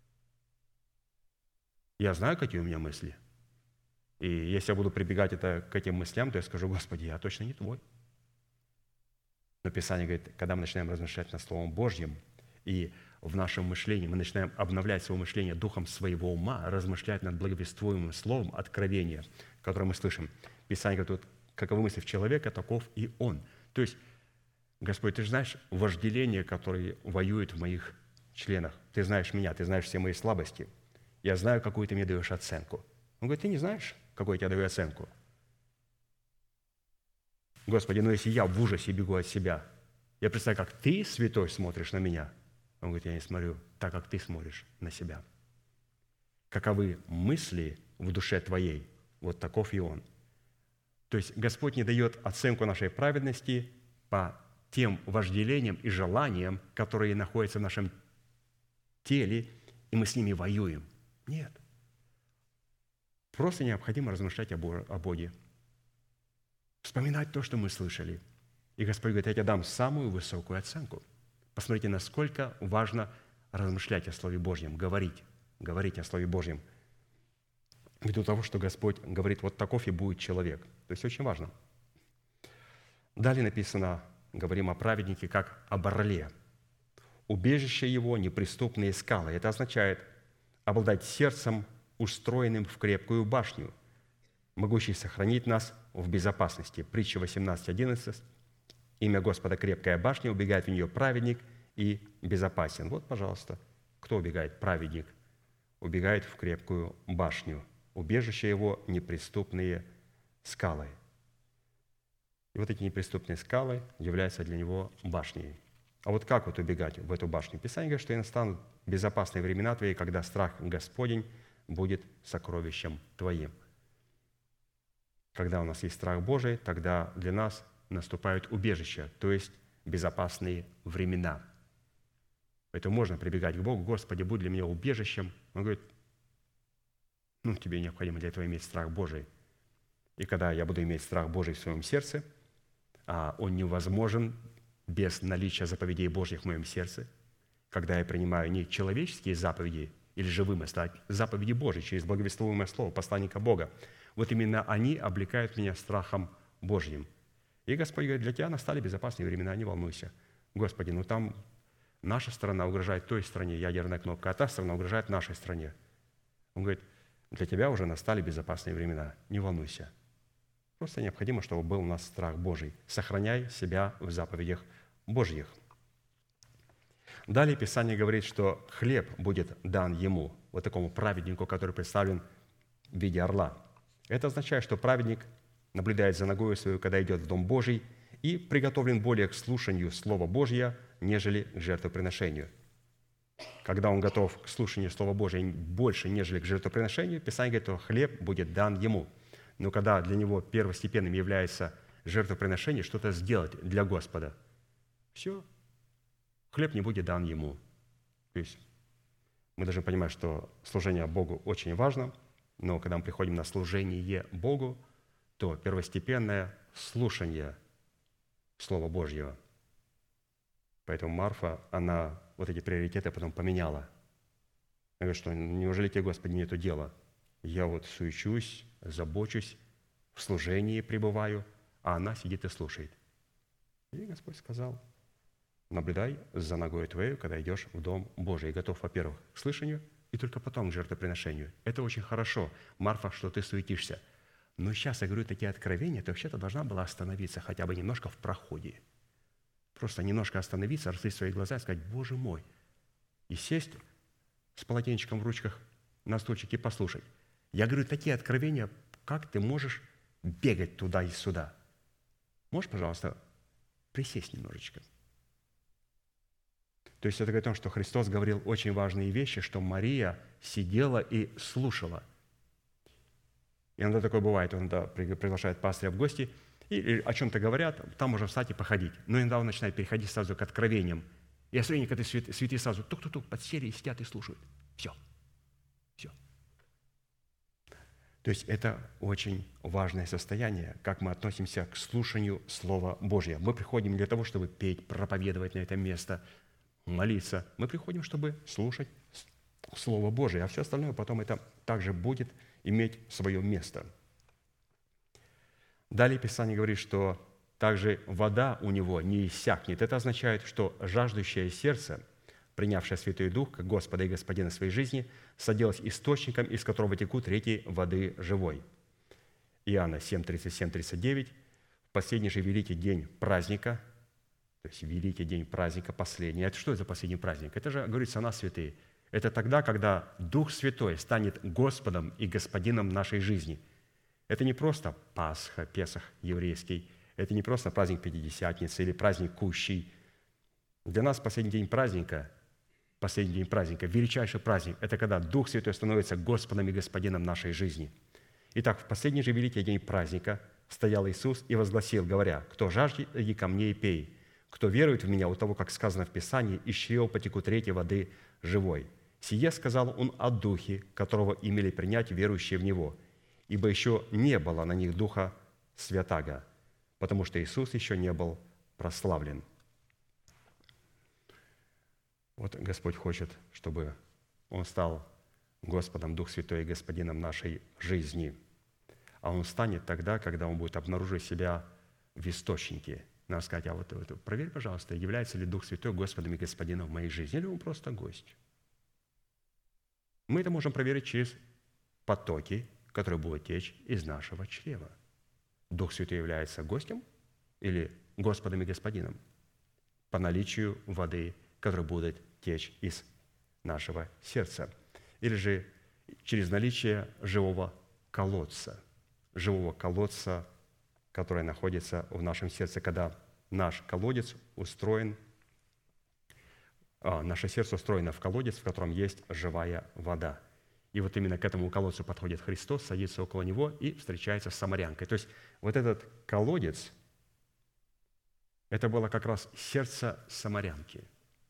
Я знаю, какие у меня мысли. И если я буду прибегать это, к этим мыслям, то я скажу, Господи, я точно не Твой. Но Писание говорит, когда мы начинаем размышлять над Словом Божьим, и в нашем мышлении мы начинаем обновлять свое мышление духом своего ума, размышлять над благовествуемым словом откровения, которое мы слышим. Писание говорит, каковы мысли в человека, таков и он. То есть, Господь, Ты же знаешь вожделение, которое воюет в моих членах. Ты знаешь меня, Ты знаешь все мои слабости. Я знаю, какую Ты мне даешь оценку. Он говорит, Ты не знаешь, какую я тебе даю оценку? Господи, ну если я в ужасе бегу от себя, я представляю, как Ты, святой, смотришь на меня. Он говорит, я не смотрю так, как Ты смотришь на себя. Каковы мысли в душе Твоей, вот таков и Он. То есть Господь не дает оценку нашей праведности по тем вожделениям и желаниям, которые находятся в нашем теле, и мы с ними воюем. Нет. Просто необходимо размышлять о Боге. Вспоминать то, что мы слышали. И Господь говорит, я тебе дам самую высокую оценку. Посмотрите, насколько важно размышлять о Слове Божьем, говорить, говорить о Слове Божьем. Ввиду того, что Господь говорит, вот таков и будет человек. То есть очень важно. Далее написано, говорим о праведнике, как об орле. Убежище его – неприступные скалы. Это означает обладать сердцем, устроенным в крепкую башню. могущий сохранить нас в безопасности. Притча восемнадцать одиннадцать. Имя Господа крепкая башня, убегает в нее праведник и безопасен. Вот, пожалуйста, кто убегает? Праведник. Убегает в крепкую башню. Убежище его – неприступные скалы. И вот эти неприступные скалы являются для него башней. А вот как вот убегать в эту башню? Писание говорит, что и настанут безопасные времена твои, когда страх Господень будет сокровищем твоим. Когда у нас есть страх Божий, тогда для нас наступают убежища, то есть безопасные времена. Поэтому можно прибегать к Богу: Господи, будь для меня убежищем. Он говорит: ну, тебе необходимо для этого иметь страх Божий. И когда я буду иметь страх Божий в своем сердце, а он невозможен без наличия заповедей Божьих в моем сердце, когда я принимаю не человеческие заповеди или же вымысл, а заповеди Божьи через благовествуемое слово посланника Бога, вот именно они облекают меня страхом Божьим. И Господь говорит: для тебя настали безопасные времена, не волнуйся. Господи, ну там наша страна угрожает той стране, ядерная кнопка, а та страна угрожает нашей стране. Он говорит: для тебя уже настали безопасные времена, не волнуйся. Просто необходимо, чтобы был у нас страх Божий. Сохраняй себя в заповедях Божьих. Далее Писание говорит, что хлеб будет дан ему, вот такому праведнику, который представлен в виде орла. Это означает, что праведник наблюдает за ногою свою, когда идет в Дом Божий, и приготовлен более к слушанию Слова Божьего, нежели к жертвоприношению. Когда он готов к слушанию Слова Божьего больше, нежели к жертвоприношению, Писание говорит, что хлеб будет дан ему. Но когда для него первостепенным является жертвоприношение, что-то сделать для Господа, все, хлеб не будет дан ему. То есть мы должны понимать, что служение Богу очень важно, но когда мы приходим на служение Богу, то первостепенное слушание Слова Божьего. Поэтому Марфа, она вот эти приоритеты потом поменяла. Она говорит, что неужели тебе, Господи, нету дела? Я вот суечусь, забочусь, в служении пребываю, а она сидит и слушает. И Господь сказал: наблюдай за ногой твоей, когда идешь в Дом Божий, и готов, во-первых, к слышанию, и только потом к жертвоприношению. Это очень хорошо, Марфа, что ты суетишься. Но сейчас я говорю такие откровения, ты вообще-то должна была остановиться хотя бы немножко в проходе. Просто немножко остановиться, раскрыть свои глаза и сказать: Боже мой, и сесть с полотенчиком в ручках на стульчик и послушать. Я говорю такие откровения, как ты можешь бегать туда и сюда. Можешь, пожалуйста, присесть немножечко? То есть это говорит о том, что Христос говорил очень важные вещи, что Мария сидела и слушала. Иногда такое бывает, он иногда приглашает пастыря в гости, и о чем-то говорят, там можно встать и походить. Но иногда он начинает переходить сразу к откровениям. И особенно, когда святые сразу тук-тук-тук подсели и сидят и слушают. Все. Все. То есть это очень важное состояние, как мы относимся к слушанию Слова Божьего. Мы приходим не для того, чтобы петь, проповедовать на это место, молиться. Мы приходим, чтобы слушать Слово Божие, а все остальное потом это также будет иметь свое место. Далее Писание говорит, что также вода у него не иссякнет. Это означает, что жаждущее сердце, принявшее Святой Дух, как Господа и Господина своей жизни, садилось источником, из которого текут реки воды живой. Иоанна семь, тридцать семь, тридцать девять. В последний же великий день праздника, то есть великий день праздника, последний. Это что это за последний праздник? Это же, говорится, о нас, святые. Это тогда, когда Дух Святой станет Господом и Господином нашей жизни. Это не просто Пасха, Песах еврейский, это не просто праздник Пятидесятницы или праздник Кущий. Для нас последний день праздника, последний день праздника, величайший праздник, это когда Дух Святой становится Господом и Господином нашей жизни. Итак, в последний же великий день праздника стоял Иисус и возгласил, говоря: «Кто жаждет, иди ко мне и пей. Кто верует в Меня, у того, как сказано в Писании, из чрева потекут реки воды живой». Сие сказал Он о Духе, которого имели принять верующие в Него, ибо еще не было на них Духа Святаго, потому что Иисус еще не был прославлен. Вот Господь хочет, чтобы Он стал Господом, Дух Святой и Господином нашей жизни. А Он станет тогда, когда Он будет обнаруживать себя в источнике. Надо сказать: а вот, вот проверь, пожалуйста, является ли Дух Святой Господом и Господином в моей жизни, или Он просто гость. Мы это можем проверить через потоки, который будет течь из нашего чрева. Дух Святой является гостем или Господом и Господином по наличию воды, которая будет течь из нашего сердца. Или же через наличие живого колодца, живого колодца, который находится в нашем сердце, когда наш колодец устроен, а, наше сердце устроено в колодец, в котором есть живая вода. И вот именно к этому колодцу подходит Христос, садится около него и встречается с самарянкой. То есть вот этот колодец, это было как раз сердце самарянки,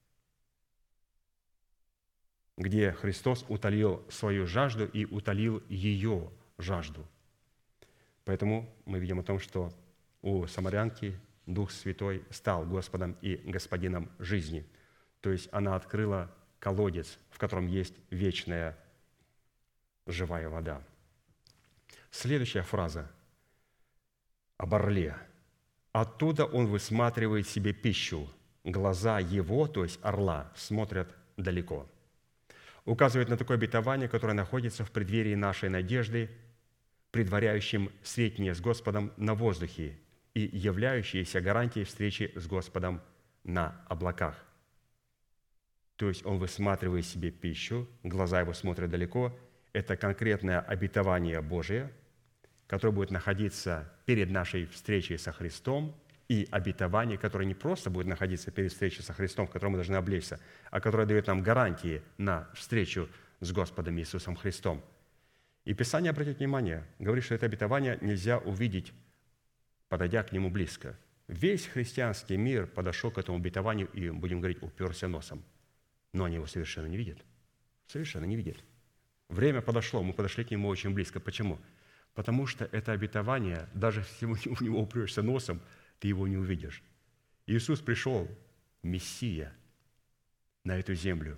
где Христос утолил свою жажду и утолил ее жажду. Поэтому мы видим о том, что у самарянки Дух Святой стал Господом и Господином жизни. То есть она открыла колодец, в котором есть вечная живая вода. Следующая фраза об орле. «Оттуда он высматривает себе пищу. Глаза его, то есть орла, смотрят далеко». Указывает на такое обетование, которое находится в преддверии нашей надежды, предваряющим встретение с Господом на воздухе и являющееся гарантией встречи с Господом на облаках. То есть он высматривает себе пищу, глаза его смотрят далеко. Это конкретное обетование Божие, которое будет находиться перед нашей встречей со Христом, и обетование, которое не просто будет находиться перед встречей со Христом, в котором мы должны облечься, а которое дает нам гарантии на встречу с Господом Иисусом Христом. И Писание, обратите внимание, говорит, что это обетование нельзя увидеть, подойдя к нему близко. Весь христианский мир подошел к этому обетованию и, будем говорить, уперся носом. Но они его совершенно не видят. Совершенно не видят. Время подошло, мы подошли к нему очень близко. Почему? Потому что это обетование, даже если в него упрешься носом, ты его не увидишь. Иисус пришел, Мессия, на эту землю,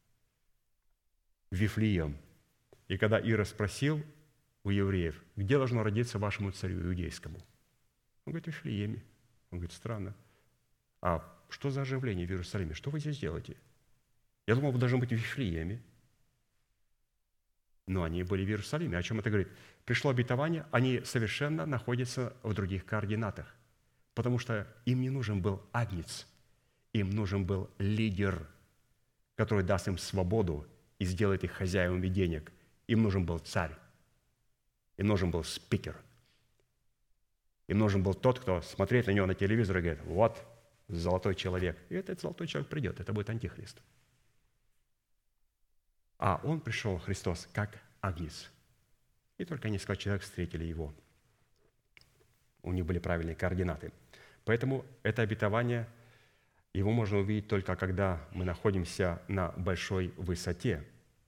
в Вифлеем. И когда Ирод спросил у евреев, где должно родиться вашему царю иудейскому? Он говорит, в Вифлееме. Он говорит, странно. А что за оживление в Иерусалиме? Что вы здесь делаете? Я думал, вы должны быть в Вифлееме. Но они были в Иерусалиме. О чем это говорит? Пришло обетование, они совершенно находятся в других координатах. Потому что им не нужен был агнец, им нужен был лидер, который даст им свободу и сделает их хозяевами денег. Им нужен был царь, им нужен был спикер. Им нужен был тот, кто смотрит на него на телевизоре и говорит, вот золотой человек. И этот золотой человек придет, это будет антихрист. А он пришел, Христос, как агнец. И только несколько человек встретили его. У них были правильные координаты. Поэтому это обетование, его можно увидеть только когда мы находимся на большой высоте.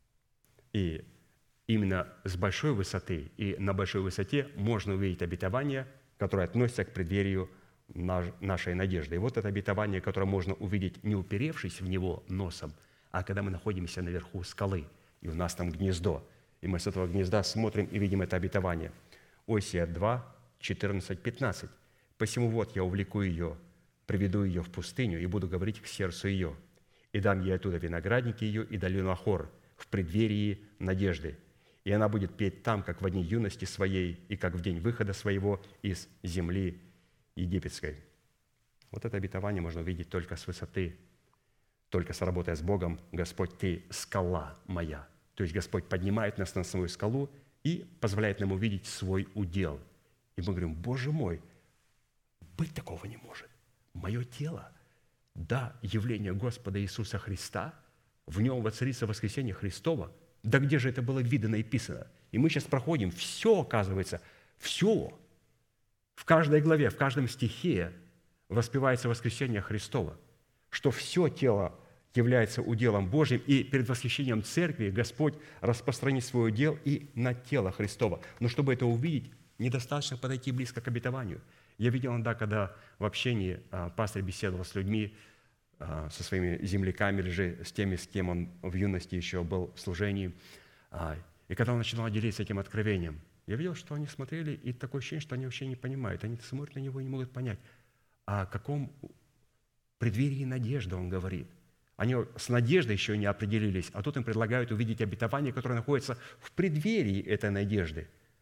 И именно с большой высоты и на большой высоте можно увидеть обетование, которое относится к преддверию нашей надежды. И вот это обетование, которое можно увидеть, не уперевшись в него носом, а когда мы находимся наверху скалы, и у нас там гнездо, и мы с этого гнезда смотрим и видим это обетование. Осия два, четырнадцать, пятнадцать. «Посему вот я увлеку ее, приведу ее в пустыню и буду говорить к сердцу ее, и дам ей оттуда виноградники ее и долину Ахор в преддверии надежды. И она будет петь там, как в дни юности своей, и как в день выхода своего из земли египетской». Вот это обетование можно увидеть только с высоты, только сработая с Богом. Господь, Ты скала моя. То есть Господь поднимает нас на свою скалу и позволяет нам увидеть свой удел. И мы говорим, Боже мой, быть такого не может. Мое тело, да, явление Господа Иисуса Христа, в нем воцарится воскресение Христово. Да где же это было видано и писано? И мы сейчас проходим, все, оказывается, все. В каждой главе, в каждом стихе воспевается воскресение Христово, что все тело является уделом Божьим, и перед восхищением Церкви Господь распространит свой удел и на тело Христово. Но чтобы это увидеть, недостаточно подойти близко к обетованию. Я видел иногда, когда в общении а, пастор беседовал с людьми, а, со своими земляками, или же с теми, с кем он в юности еще был в служении, а, и когда он начинал делиться этим откровением, я видел, что они смотрели, и такое ощущение, что они вообще не понимают. Они смотрят на него и не могут понять, о каком преддверии надежды он говорит. Они с надеждой еще не определились, а тут им предлагают увидеть обетование, которое находится в преддверии этой надежды.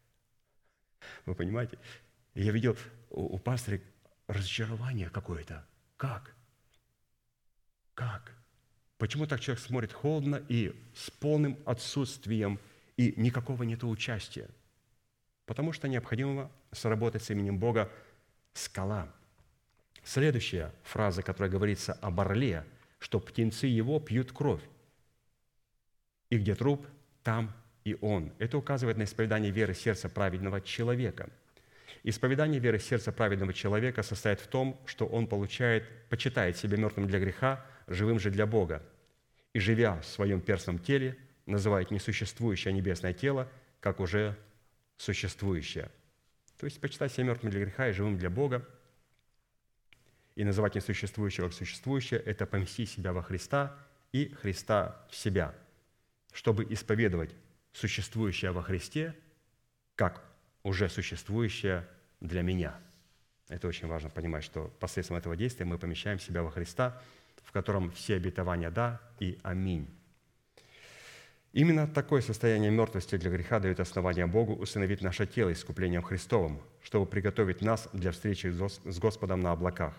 Вы понимаете? И я видел у, у пастыря разочарование какое-то. Как? Как? Почему так человек смотрит холодно и с полным отсутствием, и никакого нету участия? Потому что необходимо сработать с именем Бога скала. Следующая фраза, которая говорится об орле, что птенцы его пьют кровь. И где труп, там и он. Это указывает на исповедание веры сердца праведного человека. Исповедание веры сердца праведного человека состоит в том, что он получает, почитает себя мертвым для греха, живым же для Бога. И, живя в своем перстном теле, называет несуществующее небесное тело, как уже существующее. То есть почитать себя мертвым для греха и живым для Бога, и называть несуществующее как существующее – это поместить себя во Христа и Христа в себя, чтобы исповедовать существующее во Христе как уже существующее для меня. Это очень важно понимать, что посредством этого действия мы помещаем себя во Христа, в котором все обетования «да» и «аминь». Именно такое состояние мертвости для греха дает основание Богу усыновить наше тело искуплением Христовым, чтобы приготовить нас для встречи с Господом на облаках.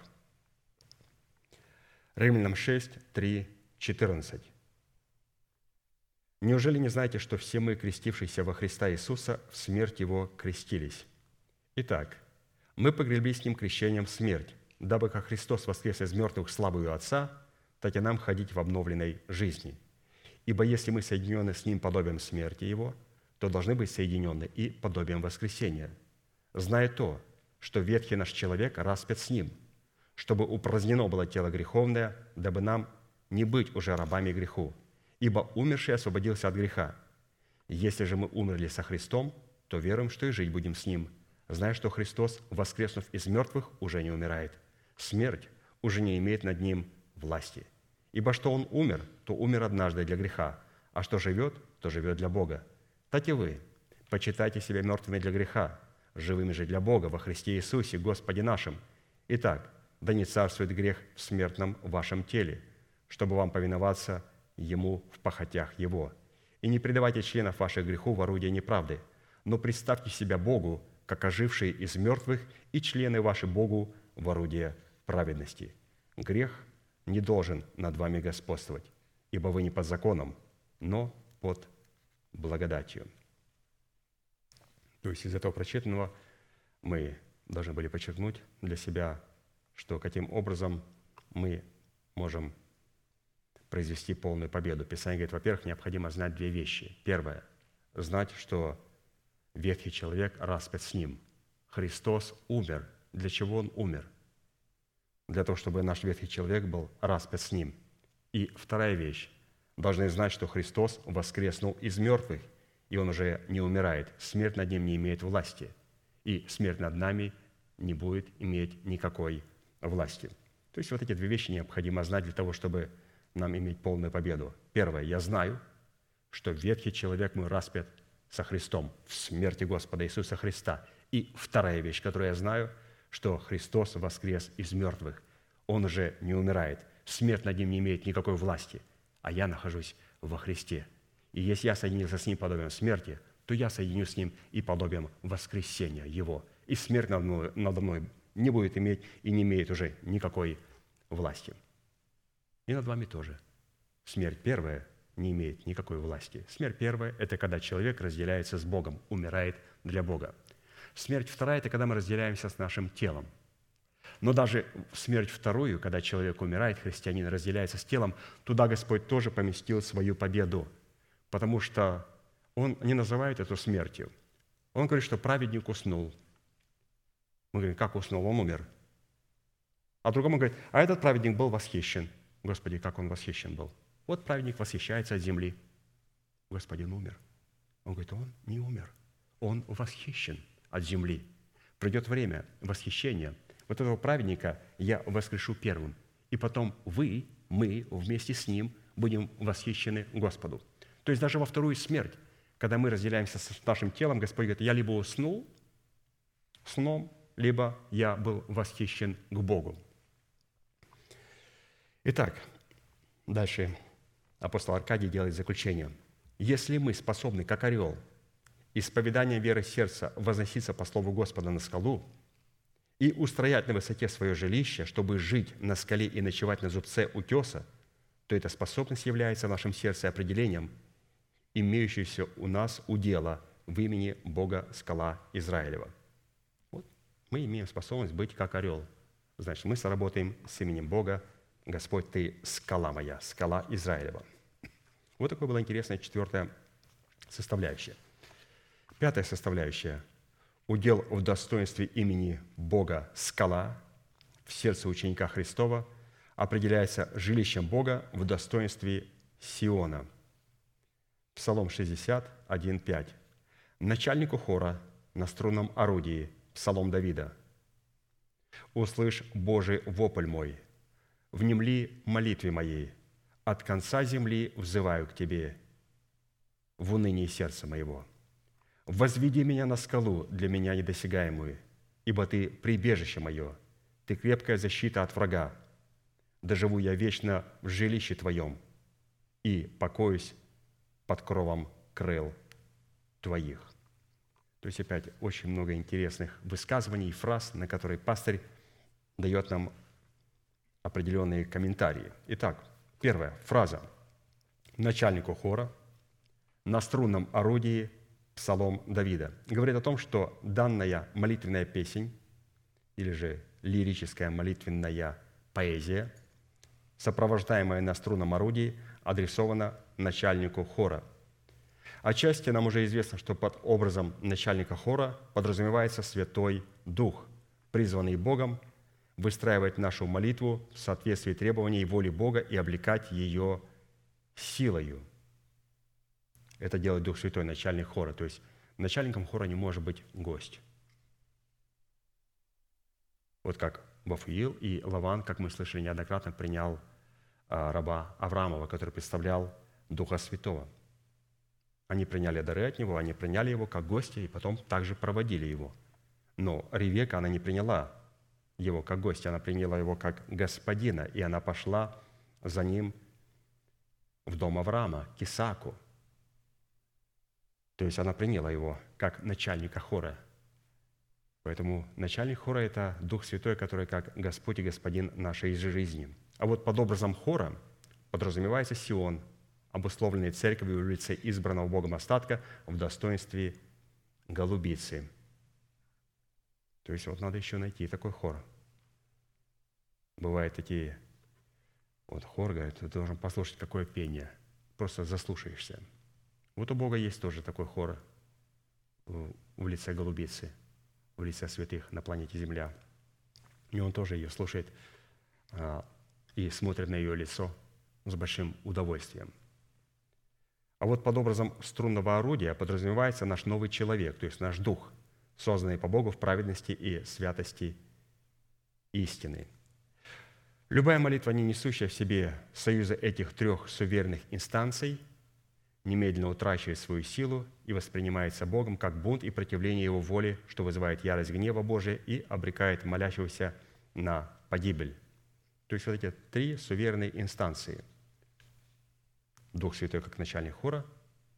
Римлянам шесть, три, четырнадцать. «Неужели не знаете, что все мы, крестившиеся во Христа Иисуса, в смерть Его крестились? Итак, мы погреблись с Ним крещением в смерть, дабы как Христос воскрес из мертвых славою Отца, так и нам ходить в обновленной жизни. Ибо если мы соединены с Ним подобием смерти Его, то должны быть соединены и подобием воскресения, зная то, что ветхий наш человек распят с Ним, чтобы упразднено было тело греховное, дабы нам не быть уже рабами греху. Ибо умерший освободился от греха. Если же мы умерли со Христом, то веруем, что и жить будем с Ним, зная, что Христос, воскреснув из мертвых, уже не умирает. Смерть уже не имеет над Ним власти. Ибо что Он умер, то умер однажды для греха, а что живет, то живет для Бога. Так и вы, почитайте себя мертвыми для греха, живыми же для Бога во Христе Иисусе, Господе нашим. Итак, да не царствует грех в смертном вашем теле, чтобы вам повиноваться Ему в похотях Его. И не предавайте членов ваших греху в орудие неправды, но представьте себя Богу, как ожившие из мертвых, и члены ваши Богу в орудие праведности. Грех не должен над вами господствовать, ибо вы не под законом, но под благодатью». То есть из этого прочитанного мы должны были подчеркнуть для себя, что каким образом мы можем произвести полную победу. Писание говорит, во-первых, необходимо знать две вещи. Первое – знать, что ветхий человек распят с Ним. Христос умер. Для чего Он умер? Для того, чтобы наш ветхий человек был распят с Ним. И вторая вещь – должны знать, что Христос воскреснул из мертвых, и Он уже не умирает. Смерть над Ним не имеет власти, и смерть над нами не будет иметь никакой власти. То есть вот эти две вещи необходимо знать для того, чтобы нам иметь полную победу. Первое, я знаю, что ветхий человек мой распят со Христом в смерти Господа Иисуса Христа. И вторая вещь, которую я знаю, что Христос воскрес из мертвых. Он уже не умирает. Смерть над Ним не имеет никакой власти, а я нахожусь во Христе. И если я соединился с Ним подобием смерти, то я соединюсь с Ним и подобием воскресения Его. И смерть надо мной, надо мной не будет иметь и не имеет уже никакой власти. И над вами тоже. Смерть первая не имеет никакой власти. Смерть первая – это когда человек разделяется с Богом, умирает для Бога. Смерть вторая – это когда мы разделяемся с нашим телом. Но даже в смерть вторую, когда человек умирает, христианин разделяется с телом, туда Господь тоже поместил свою победу, потому что Он не называет это смертью. Он говорит, что праведник уснул. Мы говорим, как уснул? Он умер. А другому говорит, а этот праведник был восхищен. Господи, как он восхищен был. Вот праведник восхищается от земли. Господин умер. Он говорит, он не умер. Он восхищен от земли. Придет время восхищения. Вот этого праведника я воскрешу первым. И потом вы, мы вместе с ним будем восхищены Господу. То есть даже во вторую смерть, когда мы разделяемся с нашим телом, Господь говорит, я либо уснул сном, либо я был восхищен к Богу. Итак, дальше апостол Аркадий делает заключение. Если мы способны, как орел, исповеданием веры сердца возноситься по слову Господа на скалу и устроять на высоте свое жилище, чтобы жить на скале и ночевать на зубце утеса, то эта способность является в нашем сердце определением, имеющимся у нас удела в имени Бога скала Израилева. Вот мы имеем способность быть как орел. Значит, мы сработаем с именем Бога. Господь, Ты скала моя, скала Израилева. Вот такая была интересная четвертая составляющая. Пятая составляющая. Удел в достоинстве имени Бога скала в сердце ученика Христова определяется жилищем Бога в достоинстве Сиона. Псалом шестьдесят один, пять. Начальнику хора на струнном орудии, Псалом Давида. «Услышь, Божий, вопль мой, внемли молитве моей, от конца земли взываю к Тебе, в унынии сердца моего. Возведи меня на скалу, для меня недосягаемую, ибо Ты прибежище мое, Ты крепкая защита от врага. Доживу я вечно в жилище Твоем и покоюсь под кровом крыл Твоих». То есть опять очень много интересных высказываний и фраз, на которые пастырь дает нам определенные комментарии. Итак, первая фраза. Начальнику хора на струнном орудии Псалом Давида говорит о том, что данная молитвенная песнь или же лирическая молитвенная поэзия, сопровождаемая на струнном орудии, адресована начальнику хора. Отчасти нам уже известно, что под образом начальника хора подразумевается Святой Дух, призванный Богом выстраивать нашу молитву в соответствии требований воли Бога и облекать ее силою. Это делает Дух Святой, начальник хора. То есть начальником хора не может быть гость. Вот как Вафуил и Лаван, как мы слышали неоднократно, принял раба Авраамова, который представлял Духа Святого. Они приняли дары от него, они приняли его как гостя и потом также проводили его. Но Ревека, она не приняла его как гостя, она приняла его как господина, и она пошла за ним в дом Авраама, к Исааку. То есть она приняла его как начальника хора. Поэтому начальник хора – это Дух Святой, который как Господь и Господин нашей жизни. А вот под образом хора подразумевается Сион, обусловленный церковью в лице избранного Богом остатка в достоинстве голубицы. То есть вот надо еще найти такой хор. Бывают такие, вот хор, говорит, ты должен послушать, какое пение. Просто заслушаешься. Вот у Бога есть тоже такой хор в лице голубицы, в лице святых на планете Земля. И он тоже ее слушает и смотрит на ее лицо с большим удовольствием. А вот под образом струнного орудия подразумевается наш новый человек, то есть наш дух, созданный по Богу в праведности и святости истины. Любая молитва, не несущая в себе союза этих трех суверенных инстанций, немедленно утрачивает свою силу и воспринимается Богом как бунт и противление Его воле, что вызывает ярость гнева Божия и обрекает молящегося на погибель. То есть вот эти три суверенные инстанции. Дух Святой как начальник хора,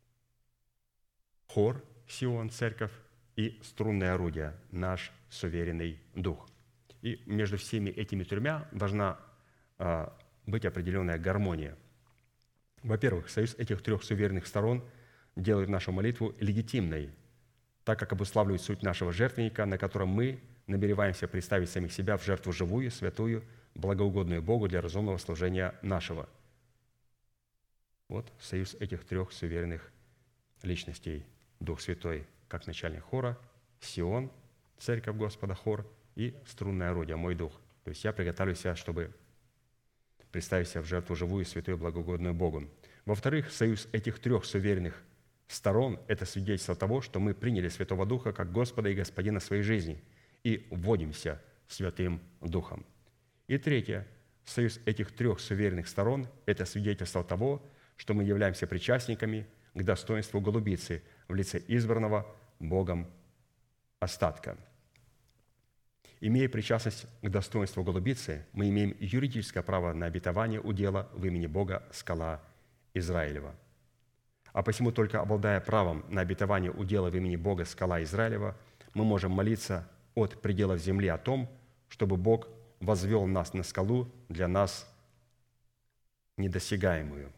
хор, Сион, церковь, и струнное орудие, наш суверенный дух. И между всеми этими тремя должна а, быть определенная гармония. Во-первых, союз этих трех суверенных сторон делает нашу молитву легитимной, так как обуславливает суть нашего жертвенника, на котором мы намереваемся представить самих себя в жертву живую, святую, благоугодную Богу для разумного служения нашего. Вот союз этих трех суверенных личностей. Дух Святой как начальник хора, Сион, церковь Господа, хор, и струнное орудие, мой дух. То есть я приготовлю себя, чтобы представить себя в жертву живую, святую, благоугодную Богу. Во-вторых, союз этих трех суверенных сторон – это свидетельство того, что мы приняли Святого Духа как Господа и Господина своей жизни и вводимся Святым Духом. И третье, союз этих трех суверенных сторон – это свидетельство того, что мы являемся причастниками к достоинству голубицы в лице избранного Богом остатка. Имея причастность к достоинству голубицы, мы имеем юридическое право на обетование удела в имени Бога скала Израилева. А посему, только обладая правом на обетование удела в имени Бога скала Израилева, мы можем молиться от пределов земли о том, чтобы Бог возвел нас на скалу для нас недосягаемую.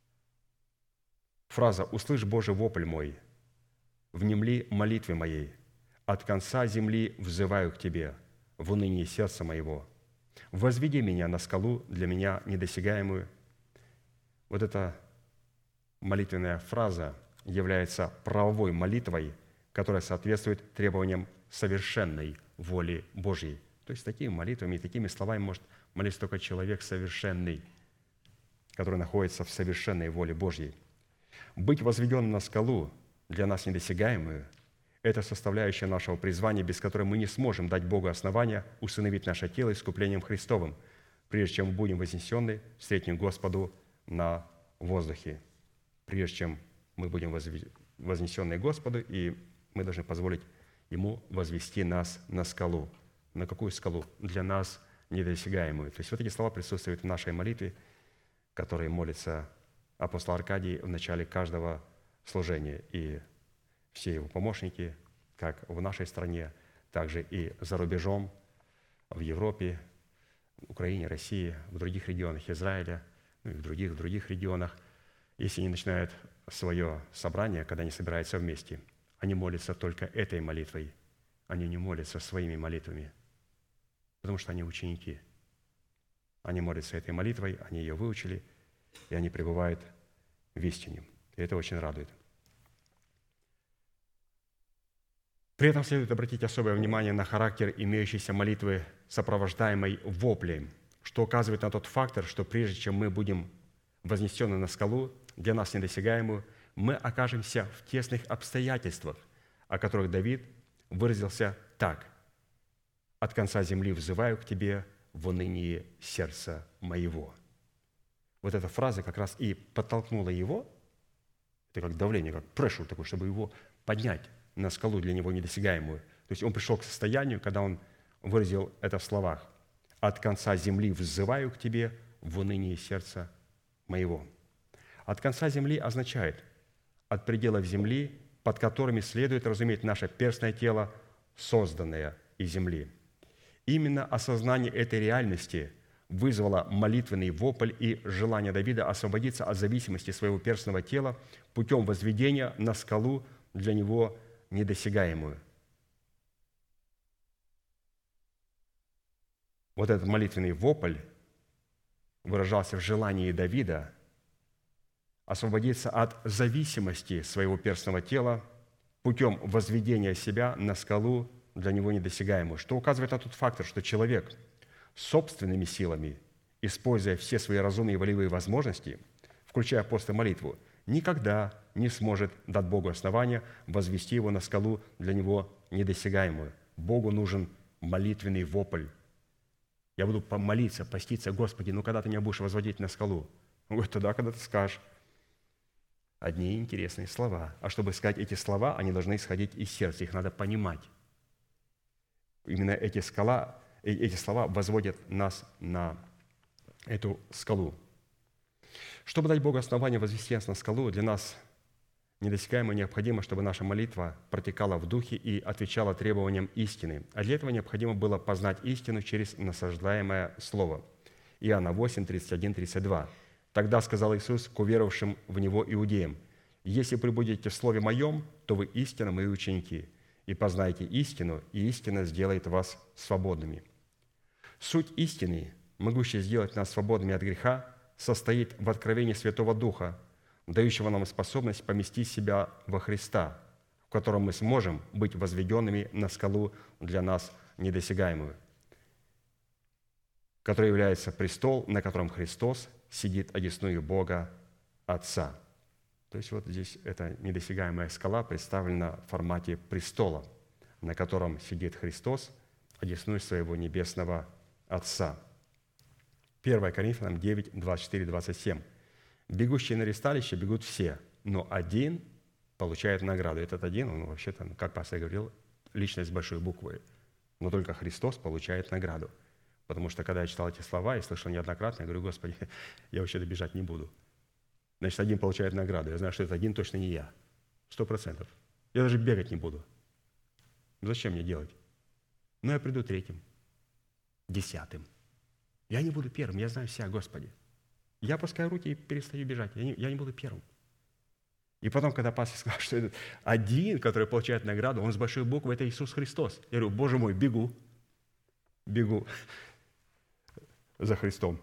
Фраза «Услышь, Божий, вопль мой, внемли молитве моей, от конца земли взываю к Тебе, в унынии сердца моего. Возведи меня на скалу для меня недосягаемую». Вот эта молитвенная фраза является правовой молитвой, которая соответствует требованиям совершенной воли Божьей. То есть такими молитвами и такими словами может молиться только человек совершенный, который находится в совершенной воле Божьей. Быть возведенным на скалу для нас недосягаемую – это составляющая нашего призвания, без которой мы не сможем дать Богу основания усыновить наше тело искуплением Христовым, прежде чем мы будем вознесены, встретим Господу на воздухе. Прежде чем мы будем вознесены Господу, и мы должны позволить Ему возвести нас на скалу. На какую скалу? Для нас недосягаемую. То есть вот эти слова присутствуют в нашей молитве, которые молится апостол Аркадий в начале каждого служения. И все его помощники, как в нашей стране, также и за рубежом, в Европе, Украине, России, в других регионах Израиля, ну и в других, в других регионах, если они начинают свое собрание, когда они собираются вместе, они молятся только этой молитвой, они не молятся своими молитвами, потому что они ученики. Они молятся этой молитвой, они ее выучили, и они пребывают в истине. И это очень радует. При этом следует обратить особое внимание на характер имеющейся молитвы, сопровождаемой воплем, что указывает на тот фактор, что прежде чем мы будем вознесены на скалу, для нас недосягаемую, мы окажемся в тесных обстоятельствах, о которых Давид выразился так: «От конца земли взываю к Тебе в унынии сердца моего». Вот эта фраза как раз и подтолкнула его, это как давление, как прессур такой, чтобы его поднять на скалу для него недосягаемую. То есть он пришел к состоянию, когда он выразил это в словах: «От конца земли взываю к Тебе в унынии сердца моего». От конца земли означает от пределов земли, под которыми следует разуметь наше перстное тело, созданное из земли. Именно осознание этой реальности вызвало молитвенный вопль и желание Давида освободиться от зависимости своего перстного тела путем возведения на скалу для него недосягаемую. Вот этот молитвенный вопль выражался в желании Давида освободиться от зависимости своего перстного тела путем возведения себя на скалу для него недосягаемую, что указывает на тот фактор, что человек собственными силами, используя все свои разумные и волевые возможности, включая пост и молитву, никогда не сможет дать Богу основания возвести его на скалу для него недосягаемую. Богу нужен молитвенный вопль. Я буду молиться, поститься: «Господи, ну когда ты меня будешь возводить на скалу?» Он говорит: «Тогда, когда ты скажешь». Одни интересные слова. А чтобы сказать эти слова, они должны исходить из сердца, их надо понимать. Именно эти, скала, эти слова возводят нас на эту скалу. Чтобы дать Богу основание возвести нас на скалу, для нас недосягаемо необходимо, чтобы наша молитва протекала в духе и отвечала требованиям истины. А для этого необходимо было познать истину через насаждаемое слово. Иоанна восемь, тридцать один, тридцать два. «Тогда сказал Иисус к уверовавшим в Него иудеям: если пребудете в Слове Моем, то вы истинно Мои ученики, и познаете истину, и истина сделает вас свободными». Суть истины, могущая сделать нас свободными от греха, состоит в откровении Святого Духа, дающего нам способность поместить себя во Христа, в котором мы сможем быть возведенными на скалу для нас недосягаемую, который является престол, на котором Христос сидит одесную Бога Отца. То есть вот здесь эта недосягаемая скала представлена в формате престола, на котором сидит Христос одесную своего небесного Отца. первое Коринфянам девять, двадцать четыре, двадцать семь. «Бегущие на ресталище бегут все, но один получает награду». Этот один, он вообще-то, как пастор говорил, личность с большой буквы. Но только Христос получает награду. Потому что, когда я читал эти слова и слышал неоднократно, я говорю: «Господи, я вообще-то бежать не буду». Значит, один получает награду. Я знаю, что это один точно не я. Сто процентов. Я даже бегать не буду. Зачем мне делать? Ну, я приду третьим, десятым. Я не буду первым, я знаю себя, Господи. Я опускаю руки и перестаю бежать. Я не, я не буду первым. И потом, когда пастор сказал, что этот один, который получает награду, он с большой буквы, это Иисус Христос. Я говорю, Боже мой, бегу. Бегу за Христом.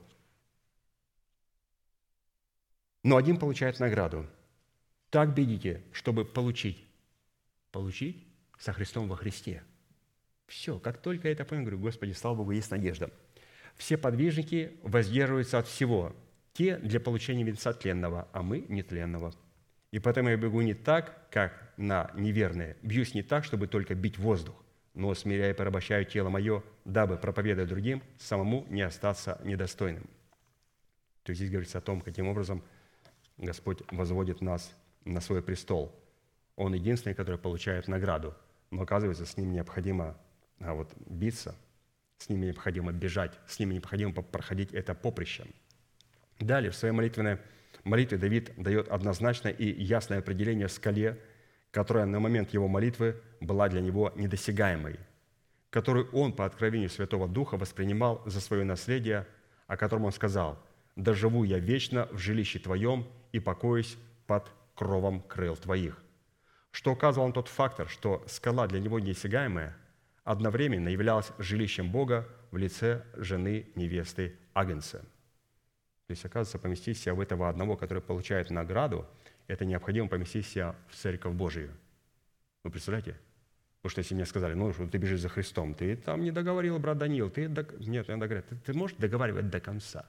Но один получает награду. Так бегите, чтобы получить. Получить со Христом во Христе. Все, как только я это понял, говорю, Господи, слава Богу, есть надежда. Все подвижники воздерживаются от всего. Те для получения венца тленного, а мы нетленного. И поэтому я бегу не так, как на неверное. Бьюсь не так, чтобы только бить воздух, но смиряя и порабощаю тело мое, дабы, проповедуя другим, самому не остаться недостойным. То есть здесь говорится о том, каким образом Господь возводит нас на свой престол. Он единственный, который получает награду. Но, оказывается, с ним необходимо а вот, биться, с ним необходимо бежать, с ним необходимо проходить это поприще. Далее, в своей молитвенной молитве Давид дает однозначное и ясное определение скале, которая на момент его молитвы была для него недосягаемой, которую он по откровению Святого Духа воспринимал за свое наследие, о котором он сказал: «Да живу я вечно в жилище Твоем и покоюсь под кровом крыл Твоих», что указывал на тот фактор, что скала для него недосягаемая одновременно являлась жилищем Бога в лице жены невесты Агнца. То есть, оказывается, поместить себя в этого одного, который получает награду, это необходимо поместить себя в Церковь Божию. Вы представляете? Потому что если мне сказали, ну, что ты бежишь за Христом, ты там не договорил, брат Даниил, ты... До... Нет, надо говорить, ты, ты можешь договаривать до конца.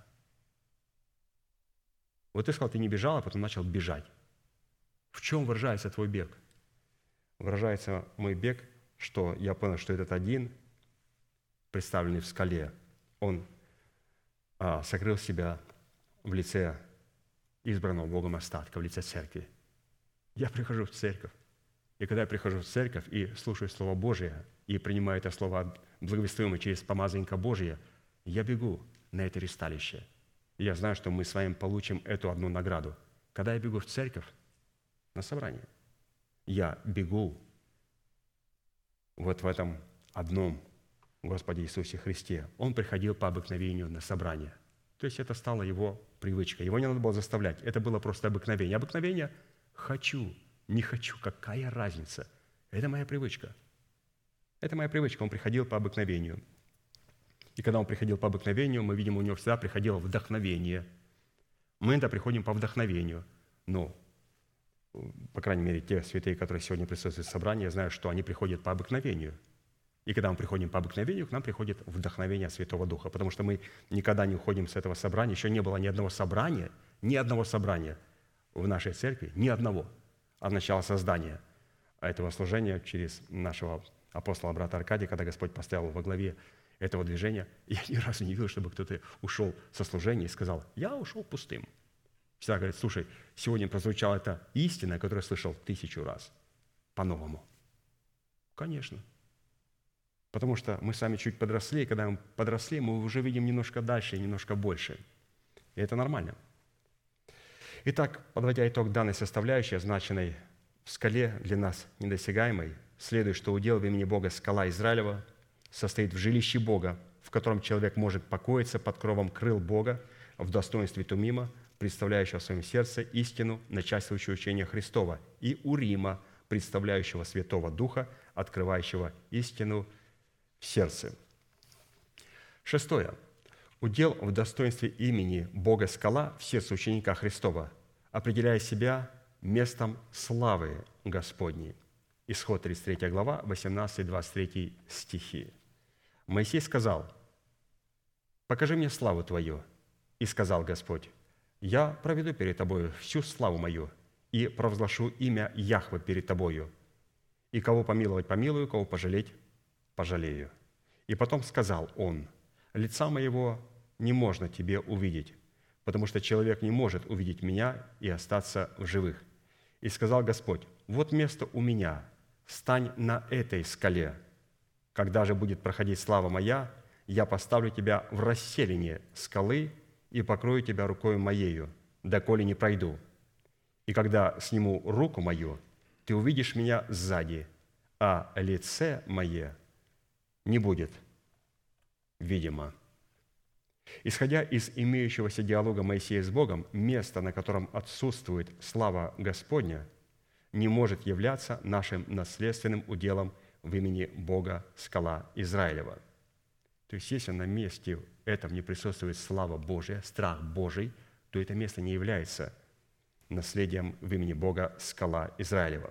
Вот ты сказал, ты не бежал, а потом начал бежать. В чем выражается твой бег? Выражается мой бег, что я понял, что этот один, представленный в скале, он а, сокрыл себя в лице избранного Богом остатка, в лице церкви. Я прихожу в церковь, и когда я прихожу в церковь и слушаю Слово Божие, и принимаю это Слово благовествуемое через помазанника Божия, я бегу на это ристалище. И я знаю, что мы с вами получим эту одну награду. Когда я бегу в церковь, на собрание, я бегу вот в этом одном Господе Иисусе Христе. Он приходил по обыкновению на собрание. То есть это стало его привычкой. Его не надо было заставлять. Это было просто обыкновение. Обыкновение «хочу», «не хочу». Какая разница? Это моя привычка. Это моя привычка. Он приходил по обыкновению. И когда он приходил по обыкновению, мы видим, у него всегда приходило вдохновение. Мы иногда приходим по вдохновению. Но по крайней мере, те святые, которые сегодня присутствуют в собрании, я знаю, что они приходят по обыкновению. И когда мы приходим по обыкновению, к нам приходит вдохновение Святого Духа, потому что мы никогда не уходим с этого собрания. Еще не было ни одного собрания, ни одного собрания в нашей церкви, ни одного, от начала создания этого служения через нашего апостола брата Аркадия, когда Господь поставил во главе этого движения, я ни разу не видел, чтобы кто-то ушел со служения и сказал: «Я ушел пустым». Всегда говорит: слушай, сегодня прозвучала эта истина, которую я слышал тысячу раз, по-новому. Конечно. Потому что мы сами чуть подросли, и когда мы подросли, мы уже видим немножко дальше и немножко больше. И это нормально. Итак, подводя итог данной составляющей, означенной в скале для нас недосягаемой, следует, что удел в имени Бога скала Израилева состоит в жилище Бога, в котором человек может покоиться под кровом крыл Бога в достоинстве Тумима, представляющего в своем сердце истину, начальствующего учения Христова, и Урима, представляющего Святого Духа, открывающего истину в сердце. Шестое. Удел в достоинстве имени Бога скала в сердце ученика Христова, определяя себя местом славы Господней. Исход тридцать третья глава, восемнадцатый-двадцать третий стихи. Моисей сказал: «Покажи мне славу Твою». И сказал Господь: «Я проведу перед Тобою всю славу Мою и провозглашу имя Яхве перед Тобою. И кого помиловать, помилую, кого пожалеть, пожалею». И потом сказал он: «Лица моего не можно тебе увидеть, потому что человек не может увидеть меня и остаться в живых». И сказал Господь: «Вот место у меня, стань на этой скале. Когда же будет проходить слава моя, я поставлю тебя в расселение скалы и покрою тебя рукою моею, доколе не пройду, И когда сниму руку мою, ты увидишь меня сзади, а лице мое не будет видимо». Исходя из имеющегося диалога Моисея с Богом, место, на котором отсутствует слава Господня, не может являться нашим наследственным уделом в имени Бога скала Израилева. То есть, если на месте этом не присутствует слава Божия, страх Божий, то это место не является наследием в имени Бога скала Израилева.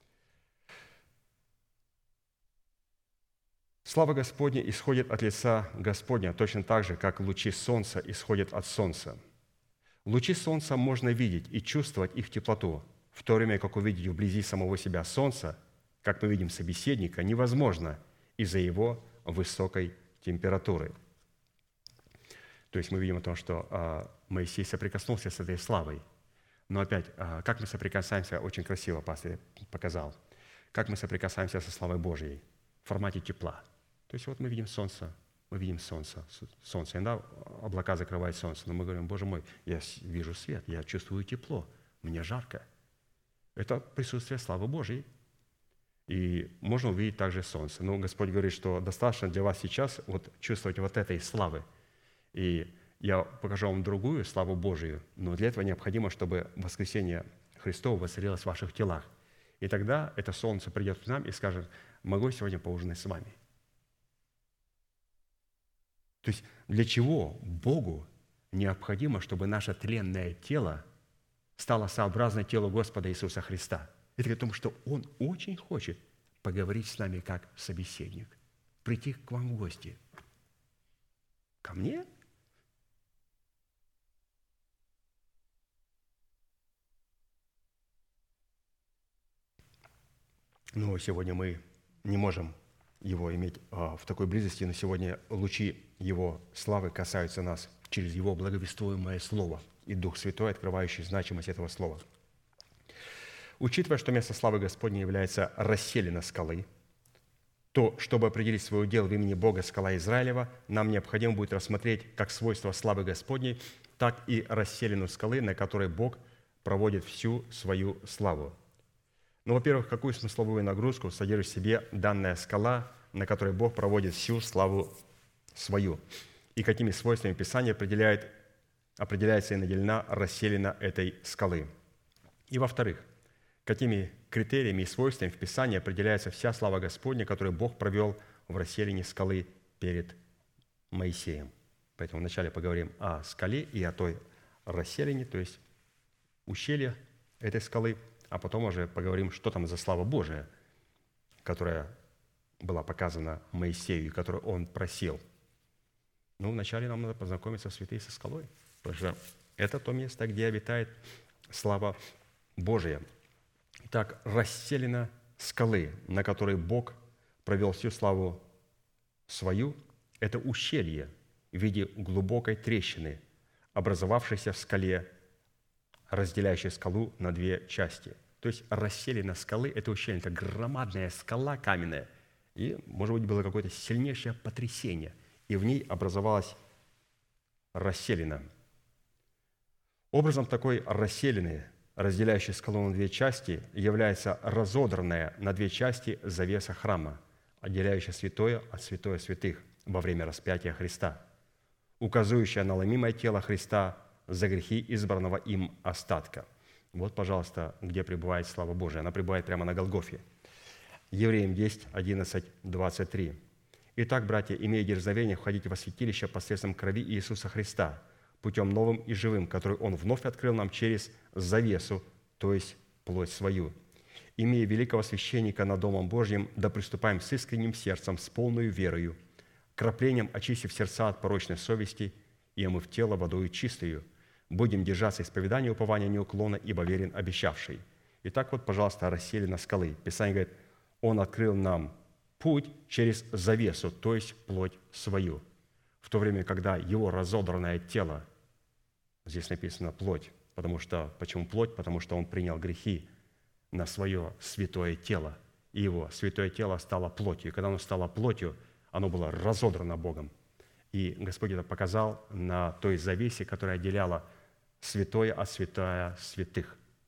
Слава Господня исходит от лица Господня, точно так же, как лучи солнца исходят от солнца. Лучи солнца можно видеть и чувствовать их теплоту, в то время как увидеть вблизи самого себя солнца, как мы видим собеседника, невозможно из-за его высокой температуры. То есть мы видим о том, что Моисей соприкоснулся с этой славой. Но опять, как мы соприкасаемся, очень красиво пастырь показал, как мы соприкасаемся со славой Божьей в формате тепла. То есть вот мы видим солнце, мы видим солнце, солнце, иногда облака закрывают солнце, но мы говорим: Боже мой, я вижу свет, я чувствую тепло, мне жарко. Это присутствие славы Божьей. И можно увидеть также солнце. Но Господь говорит, что достаточно для вас сейчас вот чувствовать вот этой славы. И я покажу вам другую славу Божию, но для этого необходимо, чтобы воскресение Христово воцарилось в ваших телах. И тогда это солнце придет к нам и скажет: могу сегодня поужинать с вами. То есть для чего Богу необходимо, чтобы наше тленное тело стало сообразно телу Господа Иисуса Христа? Это говорит о том, что Он очень хочет поговорить с нами как собеседник, прийти к вам в гости. Ко мне? Но сегодня мы не можем Его иметь в такой близости, но сегодня лучи Его славы касаются нас через Его благовествуемое Слово и Дух Святой, открывающий значимость этого Слова. Учитывая, что место славы Господней является расселена скалы, то, чтобы определить свой удел в имени Бога скала Израилева, нам необходимо будет рассмотреть как свойства славы Господней, так и расселену скалы, на которой Бог проводит всю свою славу. Ну, во-первых, какую смысловую нагрузку содержит в себе данная скала, на которой Бог проводит всю славу свою, и какими свойствами Писание определяет, определяется и наделена расселена этой скалы. И, во-вторых, какими критериями и свойствами в Писании определяется вся слава Господня, которую Бог провел в расселине скалы перед Моисеем. Поэтому вначале поговорим о скале и о той расселине, то есть ущелье этой скалы, а потом уже поговорим, что там за слава Божия, которая была показана Моисею и которую он просил. Ну, вначале нам надо познакомиться в святые со скалой, потому что это то место, где обитает слава Божия. Итак, расселена скалы, на которой Бог провел всю славу свою, это ущелье в виде глубокой трещины, образовавшейся в скале, разделяющей скалу на две части. То есть расселена скалы – это ущелье, это громадная скала каменная, и, может быть, было какое-то сильнейшее потрясение, и в ней образовалась расселена. Образом такой расселены, разделяющей скалу на две части, является разодранная на две части завеса храма, отделяющая святое от святое святых во время распятия Христа, указывающая на ломимое тело Христа за грехи избранного им остатка. Вот, пожалуйста, где пребывает слава Божия. Она пребывает прямо на Голгофе. Евреям десять, одиннадцать, двадцать три. «Итак, братья, имея дерзновение, входите во святилище посредством крови Иисуса Христа, путем новым и живым, который Он вновь открыл нам через завесу, то есть плоть свою. Имея великого священника над Домом Божьим, да приступаем с искренним сердцем, с полною верою, краплением очистив сердца от порочной совести и омыв тело водою чистою, будем держаться исповедания упования неуклонно, ибо верен обещавший». Итак, вот, пожалуйста, расселена скалы. Писание говорит: Он открыл нам путь через завесу, то есть плоть свою. В то время, когда Его разодранное тело, здесь написано плоть, потому что, почему плоть? Потому что Он принял грехи на свое святое тело, и Его святое тело стало плотью. И когда оно стало плотью, оно было разодрано Богом. И Господь это показал на той завесе, которая отделяла святое от святая святых.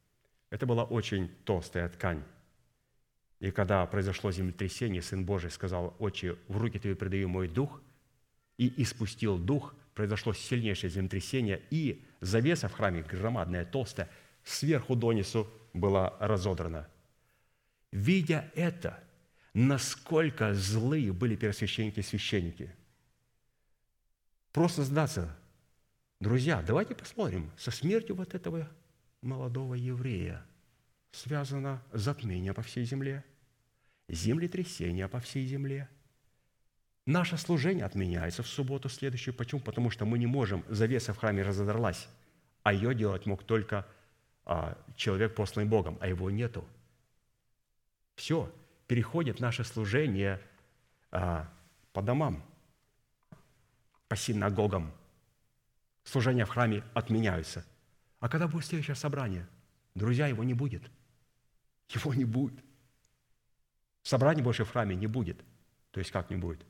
Это была очень толстая ткань. И когда произошло землетрясение, Сын Божий сказал: «Отче, в руки Твои предаю мой дух», и испустил дух, произошло сильнейшее землетрясение, и завеса в храме, громадная, толстая, сверху донизу была разодрана. Видя это, насколько злые были первосвященники и священники. Просто сдаться. Друзья, давайте посмотрим. Со смертью вот этого молодого еврея связано затмение по всей земле, землетрясение по всей земле. Наше служение отменяется в субботу следующую. Почему? Потому что мы не можем, завеса в храме разодралась, а ее делать мог только а, человек, посланный Богом, а его нету. Все, переходит наше служение а, по домам, по синагогам. Служения в храме отменяются. А когда будет следующее собрание? Друзья, его не будет. Его не будет. Собраний больше в храме не будет. То есть как не будет?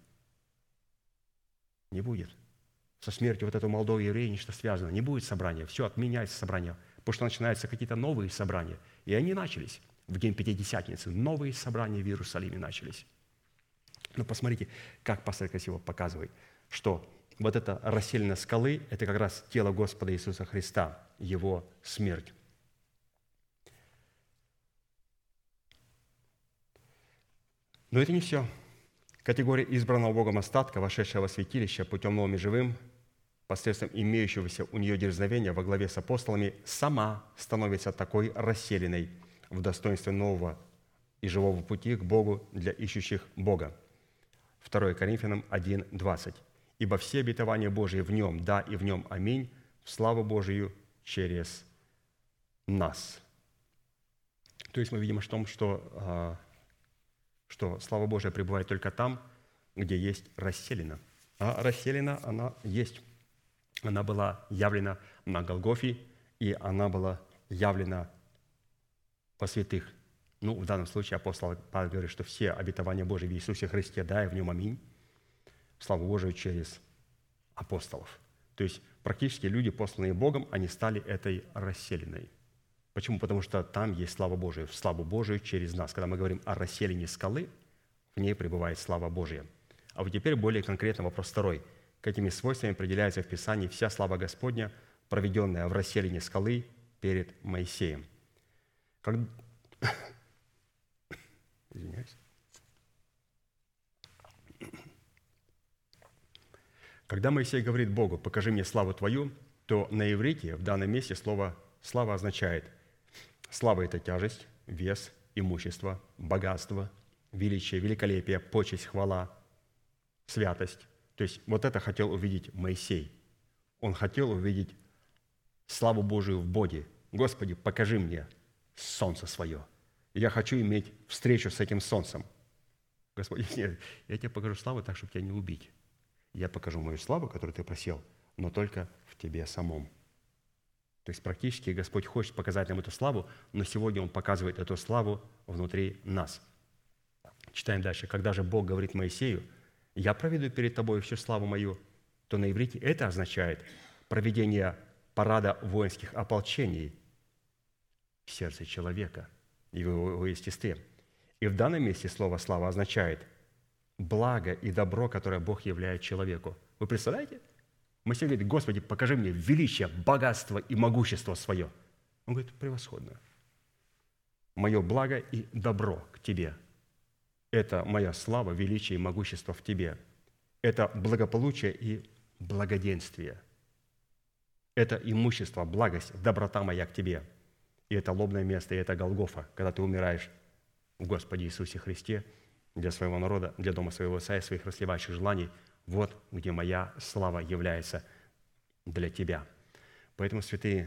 Не будет. Со смертью вот этого молодого еврея ничто связано. Не будет собрания. Все, отменяется собрание. Потому что начинаются какие-то новые собрания. И они начались. В день Пятидесятницы новые собрания в Иерусалиме начались. Но посмотрите, как пастор красиво показывает, что вот эта расселена скалы – это как раз тело Господа Иисуса Христа, Его смерть. Но это не все. Категория избранного Богом остатка, вошедшего во святилище путем новым и живым, посредством имеющегося у нее дерзновения во главе с апостолами, сама становится такой расселенной в достоинстве нового и живого пути к Богу для ищущих Бога. второе Коринфянам один, двадцать. «Ибо все обетования Божии в Нем, да, и в Нем аминь, в славу Божию через нас». То есть мы видим о том, что, что слава Божия пребывает только там, где есть расселена. А расселена она есть. Она была явлена на Голгофе, и она была явлена по святых. Ну, в данном случае апостол Павел говорит, что все обетования Божии в Иисусе Христе, да, и в Нем аминь, славу Божию через апостолов. То есть практически люди, посланные Богом, они стали этой расселенной. Почему? Потому что там есть слава Божия, в славу Божию через нас. Когда мы говорим о расселении скалы, в ней пребывает слава Божия. А вот теперь более конкретно вопрос второй. Какими свойствами определяется в Писании вся слава Господня, проведенная в расселении скалы перед Моисеем? Как... Извиняюсь. Когда Моисей говорит Богу: «Покажи мне славу Твою», то на иврите в данном месте слово «слава» означает: слава – это тяжесть, вес, имущество, богатство, величие, великолепие, почесть, хвала, святость. То есть вот это хотел увидеть Моисей. Он хотел увидеть славу Божию в Боге. «Господи, покажи мне солнце свое. Я хочу иметь встречу с этим солнцем». Господи, нет, я тебе покажу славу так, чтобы тебя не убить. Я покажу мою славу, которую ты просил, но только в тебе самом. То есть практически Господь хочет показать нам эту славу, но сегодня Он показывает эту славу внутри нас. Читаем дальше. «Когда же Бог говорит Моисею: я проведу перед тобой всю славу мою», то на иврите это означает проведение парада воинских ополчений в сердце человека и в его естестве. И в данном месте слово «слава» означает благо и добро, которое Бог являет человеку. Вы представляете? Моисей говорит: «Господи, покажи мне величие, богатство и могущество свое». Он говорит: «Превосходно. Мое благо и добро к тебе. Это моя слава, величие и могущество в тебе. Это благополучие и благоденствие. Это имущество, благость, доброта моя к тебе. И это лобное место, и это Голгофа, когда ты умираешь в Господе Иисусе Христе для своего народа, для дома своего отца и своих расливающих желаний. Вот где моя слава является для тебя». Поэтому, святые,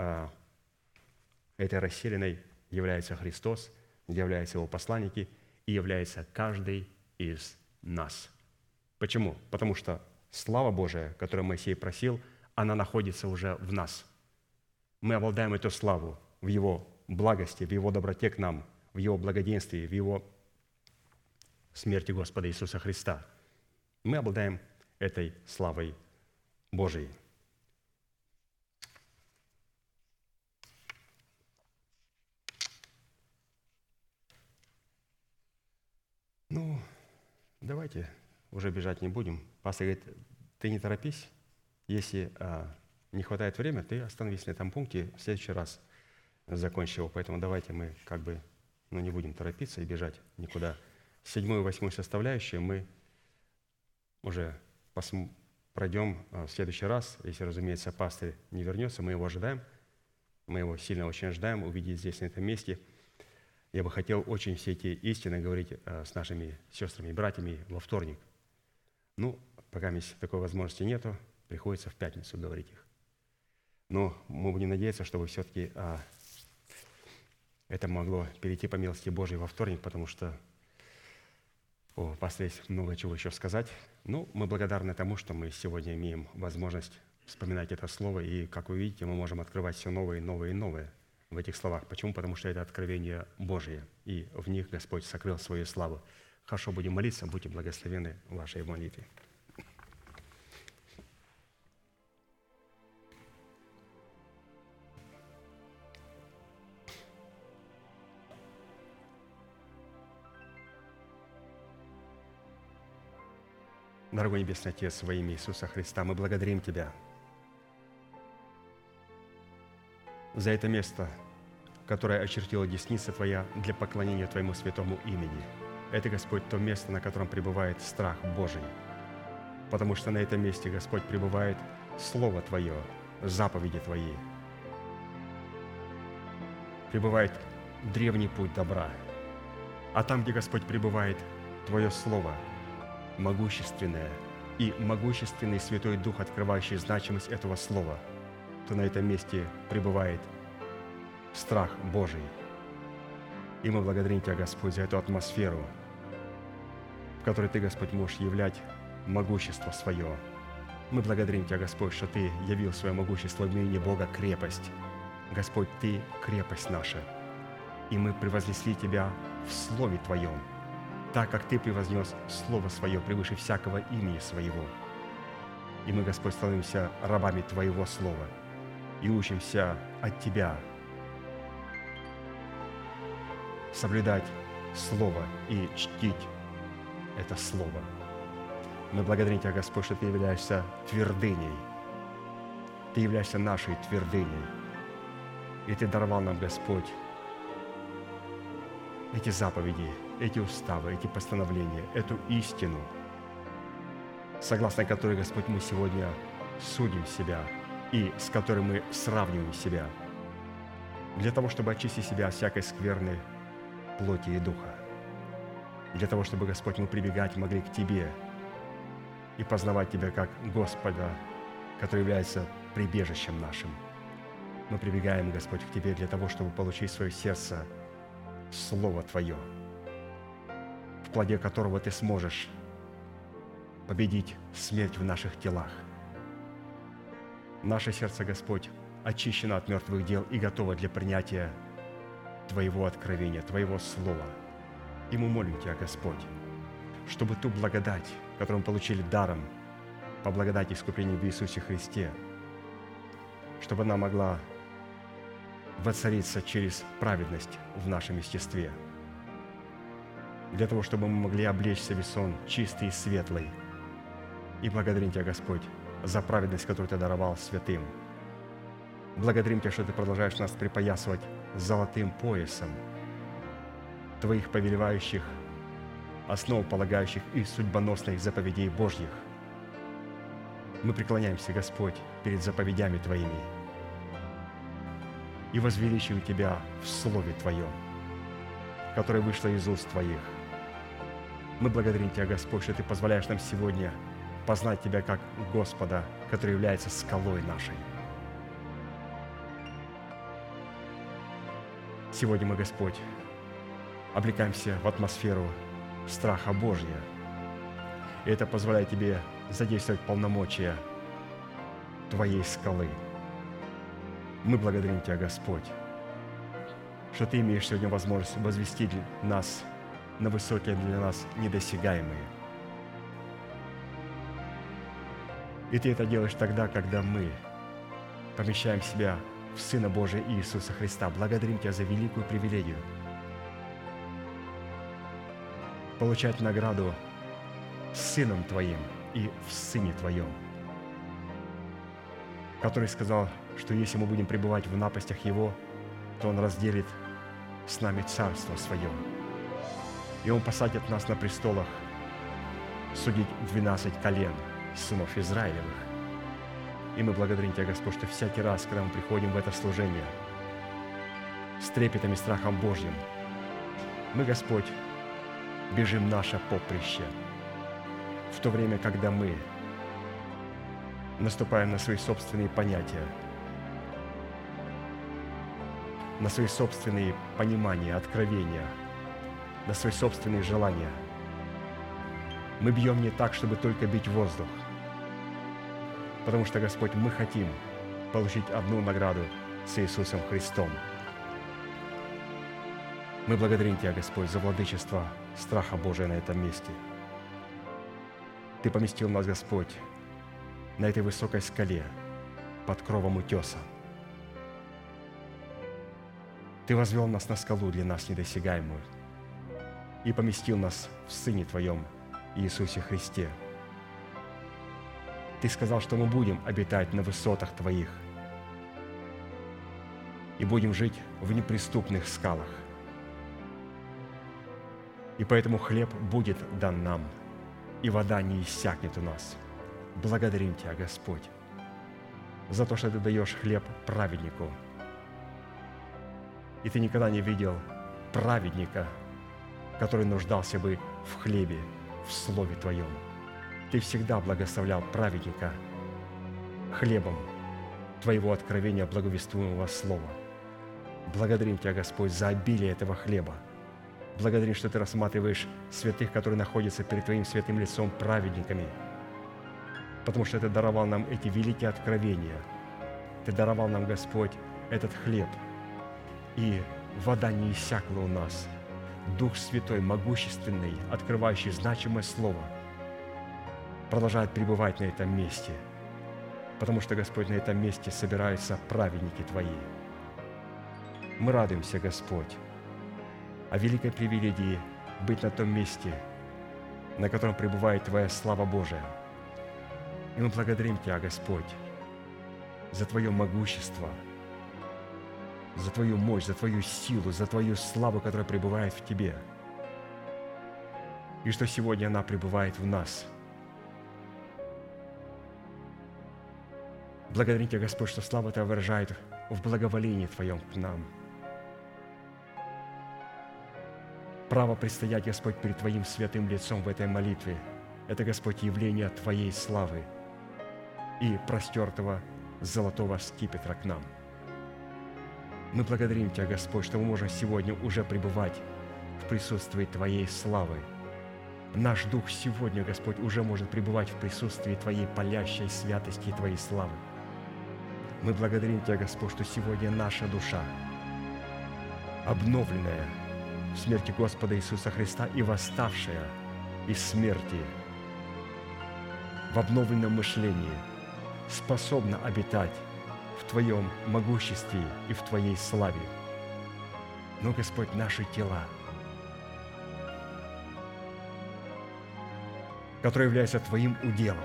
этой расселенной является Христос, являются Его посланники и является каждый из нас. Почему? Потому что слава Божия, которую Моисей просил, она находится уже в нас. Мы обладаем эту славу в Его благости, в Его доброте к нам, в Его благоденствии, в Его смерти Господа Иисуса Христа. Мы обладаем этой славой Божией. Давайте уже бежать не будем. Пастор говорит, ты не торопись. Если а, не хватает времени, ты остановись на этом пункте, в следующий раз закончи его. Поэтому давайте мы как бы ну, не будем торопиться и бежать никуда. Седьмую и восьмую составляющие мы уже посм- пройдем а, в следующий раз. Если, разумеется, пастор не вернется, мы его ожидаем. Мы его сильно очень ожидаем увидеть здесь, на этом месте. Я бы хотел очень все эти истины говорить а, с нашими сестрами и братьями во вторник. Ну, пока такой возможности нету, приходится в пятницу говорить их. Но мы будем надеяться, чтобы все-таки а, это могло перейти по милости Божьей во вторник, потому что о, пастор, есть много чего еще сказать. Ну, мы благодарны тому, что мы сегодня имеем возможность вспоминать это слово, и, как вы видите, мы можем открывать все новые, новые и новые в этих словах. Почему? Потому что это откровение Божие, и в них Господь сокрыл свою славу. Хорошо, будем молиться, будьте благословены в вашей молитве. Дорогой Небесный Отец, во имя Иисуса Христа, мы благодарим Тебя за это место, которое очертила десница Твоя для поклонения Твоему святому имени. Это, Господь, то место, на котором пребывает страх Божий, потому что на этом месте, Господь, пребывает Слово Твое, заповеди Твои. Пребывает древний путь добра. А там, где, Господь, пребывает Твое Слово, могущественное, и могущественный Святой Дух, открывающий значимость этого Слова, то на этом месте пребывает страх Божий. И мы благодарим Тебя, Господь, за эту атмосферу, в которой Ты, Господь, можешь являть могущество Свое. Мы благодарим Тебя, Господь, что Ты явил свое могущество в имени Бога крепость. Господь, Ты крепость наша, и мы превознесли Тебя в Слове Твоем, так как Ты превознес Слово Свое превыше всякого имени Своего. И мы, Господь, становимся рабами Твоего Слова и учимся от Тебя соблюдать Слово и чтить это Слово. Мы благодарим Тебя, Господь, что Ты являешься твердыней. Ты являешься нашей твердыней. И Ты даровал нам, Господь, эти заповеди, эти уставы, эти постановления, эту истину, согласно которой, Господь, мы сегодня судим себя и с которой мы сравниваем себя, для того, чтобы очистить себя от всякой скверны плоти и духа, для того, чтобы, Господь, мы прибегать могли к Тебе и познавать Тебя как Господа, который является прибежищем нашим. Мы прибегаем, Господь, к Тебе для того, чтобы получить в свое сердце Слово Твое, в плоде которого Ты сможешь победить смерть в наших телах. Наше сердце, Господь, очищено от мертвых дел и готово для принятия Твоего откровения, Твоего Слова. И мы молим Тебя, Господь, чтобы ту благодать, которую мы получили даром по благодати искупления в Иисусе Христе, чтобы она могла воцариться через праведность в нашем естестве, для того, чтобы мы могли облечься в сон чистый и светлый. И благодарим Тебя, Господь, за праведность, которую Ты даровал святым. Благодарим Тебя, что Ты продолжаешь нас припоясывать золотым поясом Твоих повелевающих, основополагающих и судьбоносных заповедей Божьих. Мы преклоняемся, Господь, перед заповедями Твоими и возвеличиваем Тебя в Слове Твоем, которое вышло из уст Твоих. Мы благодарим Тебя, Господь, что Ты позволяешь нам сегодня познать Тебя как Господа, который является скалой нашей. Сегодня мы, Господь, облекаемся в атмосферу страха Божия, и это позволяет Тебе задействовать полномочия Твоей скалы. Мы благодарим Тебя, Господь, что Ты имеешь сегодня возможность возвести нас на высокие для нас недосягаемые. И Ты это делаешь тогда, когда мы помещаем себя в Сына Божия Иисуса Христа. Благодарим Тебя за великую привилегию получать награду Сыном Твоим и в Сыне Твоем, который сказал, что если мы будем пребывать в напастях Его, то Он разделит с нами Царство Свое, и Он посадит нас на престолах судить двенадцать колен сынов Израилевых. И мы благодарим Тебя, Господь, что всякий раз, когда мы приходим в это служение с трепетом и страхом Божьим, мы, Господь, бежим наше поприще, в то время, когда мы наступаем на свои собственные понятия, на свои собственные понимания, откровения, на свои собственные желания. Мы бьем не так, чтобы только бить воздух, потому что, Господь, мы хотим получить одну награду с Иисусом Христом. Мы благодарим Тебя, Господь, за владычество страха Божия на этом месте. Ты поместил нас, Господь, на этой высокой скале под кровом утеса. Ты возвел нас на скалу для нас недосягаемую и поместил нас в Сыне Твоем, Иисусе Христе. Ты сказал, что мы будем обитать на высотах Твоих и будем жить в неприступных скалах. И поэтому хлеб будет дан нам, и вода не иссякнет у нас. Благодарим Тебя, Господь, за то, что Ты даешь хлеб праведнику. И Ты никогда не видел праведника, который нуждался бы в хлебе, в Слове Твоем. Ты всегда благословлял праведника хлебом Твоего откровения, благовествуемого Слова. Благодарим Тебя, Господь, за обилие этого хлеба. Благодарим, что Ты рассматриваешь святых, которые находятся перед Твоим святым лицом праведниками, потому что Ты даровал нам эти великие откровения. Ты даровал нам, Господь, этот хлеб, и вода не иссякла у нас. Дух Святой, могущественный, открывающий значимое Слово, продолжает пребывать на этом месте, потому что, Господь, на этом месте собираются праведники Твои. Мы радуемся, Господь, о великой привилегии быть на том месте, на котором пребывает Твоя слава Божия. И мы благодарим Тебя, Господь, за Твое могущество, за Твою мощь, за Твою силу, за Твою славу, которая пребывает в Тебе, и что сегодня она пребывает в нас. Благодарим Тебя, Господь, что слава Твоя выражает в благоволении Твоем к нам. Право предстоять, Господь, перед Твоим святым лицом в этой молитве – это, Господь, явление Твоей славы и простертого золотого скипетра к нам. Мы благодарим Тебя, Господь, что мы можем сегодня уже пребывать в присутствии Твоей славы. Наш дух сегодня, Господь, уже может пребывать в присутствии Твоей палящей святости и Твоей славы. Мы благодарим Тебя, Господь, что сегодня наша душа, обновленная в смерти Господа Иисуса Христа и восставшая из смерти в обновленном мышлении, способна обитать в Твоем могуществе и в Твоей славе. Но, Господь, наши тела, которые являются Твоим уделом,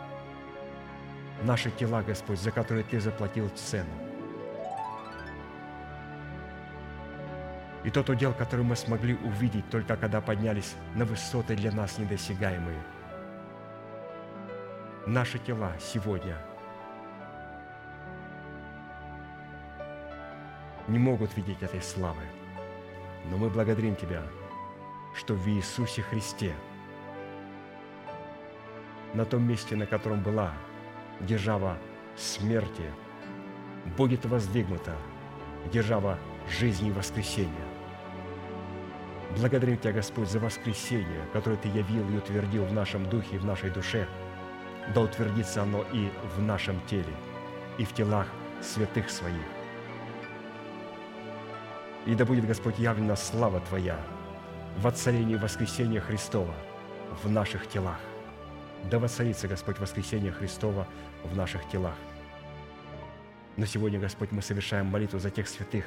наши тела, Господь, за которые Ты заплатил цену, и тот удел, который мы смогли увидеть только когда поднялись на высоты для нас недосягаемые. Наши тела сегодня не могут видеть этой славы, но мы благодарим Тебя, что в Иисусе Христе, на том месте, на котором была держава смерти, будет воздвигнута держава жизни и воскресения. Благодарим Тебя, Господь, за воскресение, которое Ты явил и утвердил в нашем духе и в нашей душе. Да утвердится оно и в нашем теле, и в телах святых Своих. И да будет, Господь, явлена слава Твоя в воцарении воскресения Христова в наших телах. Да воцарится, Господь, воскресение Христова в наших телах. Но сегодня, Господь, мы совершаем молитву за тех святых,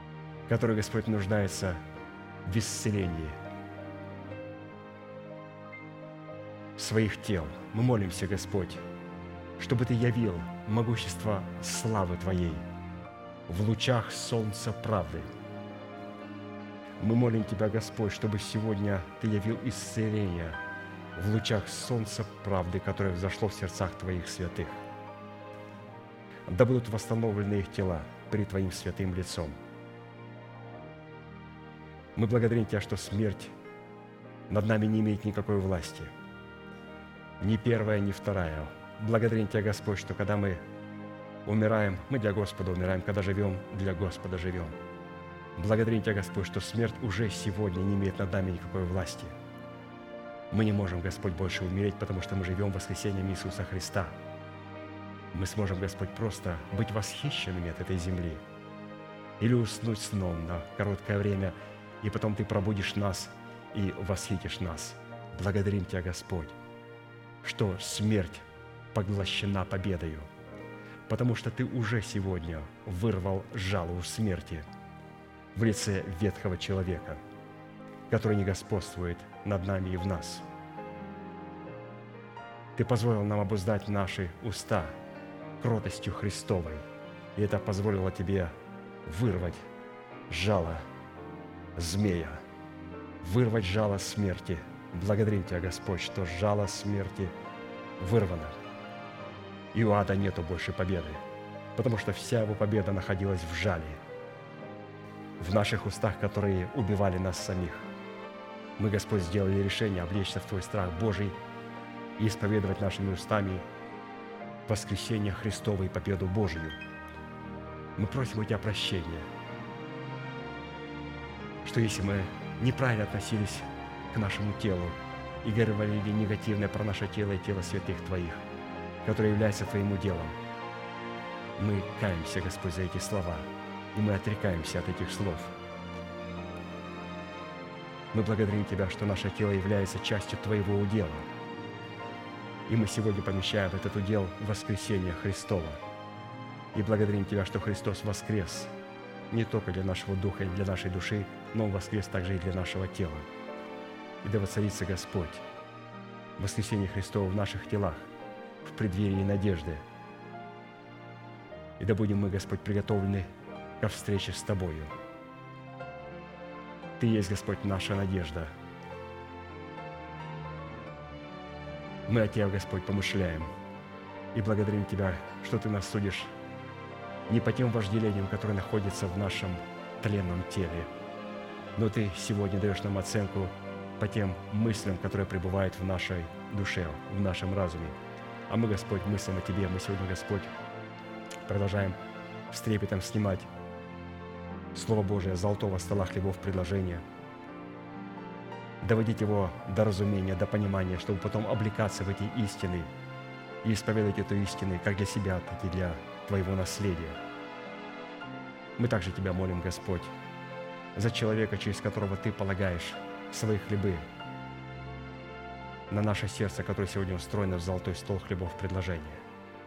которые, Господь, нуждаются в исцелении. своих тел. Мы молимся, Господь, чтобы Ты явил могущество славы Твоей в лучах солнца правды. Мы молим Тебя, Господь, чтобы сегодня Ты явил исцеление в лучах солнца правды, которое взошло в сердцах Твоих святых. Да будут восстановлены их тела перед Твоим святым лицом. Мы благодарим Тебя, что смерть над нами не имеет никакой власти. Ни первая, ни вторая. Благодарим Тебя, Господь, что когда мы умираем, мы для Господа умираем, когда живем, для Господа живем. Благодарим Тебя, Господь, что смерть уже сегодня не имеет над нами никакой власти. Мы не можем, Господь, больше умереть, потому что мы живем воскресением Иисуса Христа. Мы сможем, Господь, просто быть восхищенными от этой земли или уснуть сном на короткое время, и потом Ты пробудишь нас и восхитишь нас. Благодарим Тебя, Господь, что смерть поглощена победою, потому что Ты уже сегодня вырвал жало у смерти в лице ветхого человека, который не господствует над нами и в нас. Ты позволил нам обуздать наши уста кротостью Христовой, и это позволило Тебе вырвать жало змея, вырвать жало смерти. Благодарим Тебя, Господь, что жало смерти вырвано, и у ада нету больше победы, потому что вся его победа находилась в жале, в наших устах, которые убивали нас самих. Мы, Господь, сделали решение облечься в Твой страх Божий и исповедовать нашими устами воскресение Христово и победу Божию. Мы просим у Тебя прощения, что если мы неправильно относились к нашему телу и говорили негативное про наше тело и тело святых Твоих, которое является Твоим уделом, мы каемся, Господь, за эти слова, и мы отрекаемся от этих слов. Мы благодарим Тебя, что наше тело является частью Твоего удела, и мы сегодня помещаем в этот удел воскресение Христова. И благодарим Тебя, что Христос воскрес не только для нашего духа и для нашей души, но Он воскрес также и для нашего тела. И да воцарится Господь воскресение Христова в наших телах, в преддверии надежды. И да будем мы, Господь, приготовлены ко встрече с Тобою. Ты есть, Господь, наша надежда. Мы о Тебе, Господь, помышляем и благодарим Тебя, что Ты нас судишь не по тем вожделениям, которые находятся в нашем тленном теле, но Ты сегодня даешь нам оценку по тем мыслям, которые пребывают в нашей душе, в нашем разуме. А мы, Господь, мыслим о Тебе. Мы сегодня, Господь, продолжаем с трепетом снимать Слово Божие с золотого стола хлебов предложения, доводить его до разумения, до понимания, чтобы потом облекаться в эти истины и исповедовать эту истину как для себя, так и для Твоего наследия. Мы также Тебя молим, Господь, за человека, через которого Ты полагаешь свои хлебы на наше сердце, которое сегодня устроено в золотой стол хлебов предложения.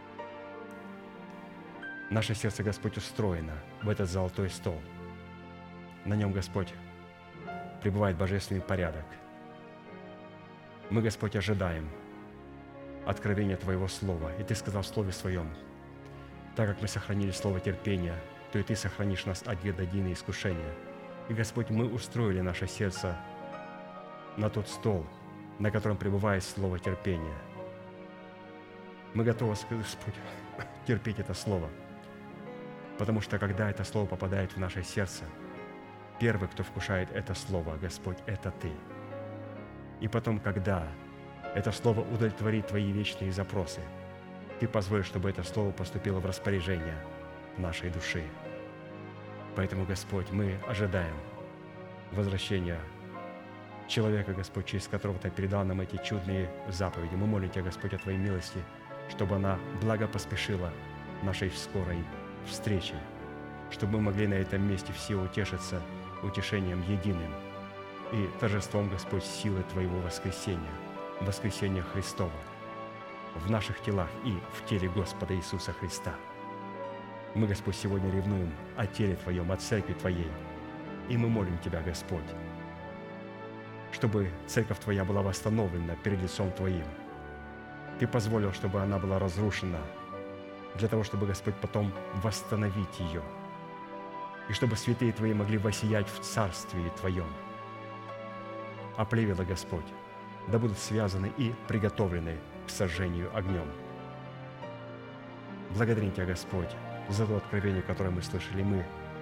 Наше сердце, Господь, устроено в этот золотой стол. На нем, Господь, пребывает божественный порядок. Мы, Господь, ожидаем откровения Твоего Слова. И Ты сказал в Слове Своем: так как мы сохранили слово терпения, то и Ты сохранишь нас от гедодины искушения. И, Господь, мы устроили наше сердце на тот стол, на котором пребывает слово терпения. Мы готовы, Господь, терпеть это слово, потому что, когда это слово попадает в наше сердце, первый, кто вкушает это слово, Господь, это Ты. И потом, когда это слово удовлетворит Твои вечные запросы, Ты позволишь, чтобы это слово поступило в распоряжение нашей души. Поэтому, Господь, мы ожидаем возвращения человека, Господь, через которого Ты передал нам эти чудные заповеди. Мы молим Тебя, Господь, о Твоей милости, чтобы она благо поспешила нашей скорой встрече, чтобы мы могли на этом месте все утешиться утешением единым и торжеством, Господь, силы Твоего воскресения, воскресения Христова в наших телах и в теле Господа Иисуса Христа. Мы, Господь, сегодня ревнуем о теле Твоем, о церкви Твоей, и мы молим Тебя, Господь, чтобы церковь Твоя была восстановлена перед лицом Твоим. Ты позволил, чтобы она была разрушена, для того, чтобы, Господь, потом восстановить ее, и чтобы святые Твои могли воссиять в Царстве Твоем. А плевела, Господь, да будут связаны и приготовлены к сожжению огнем. Благодарим Тебя, Господь, за то откровение, которое мы слышали. Мы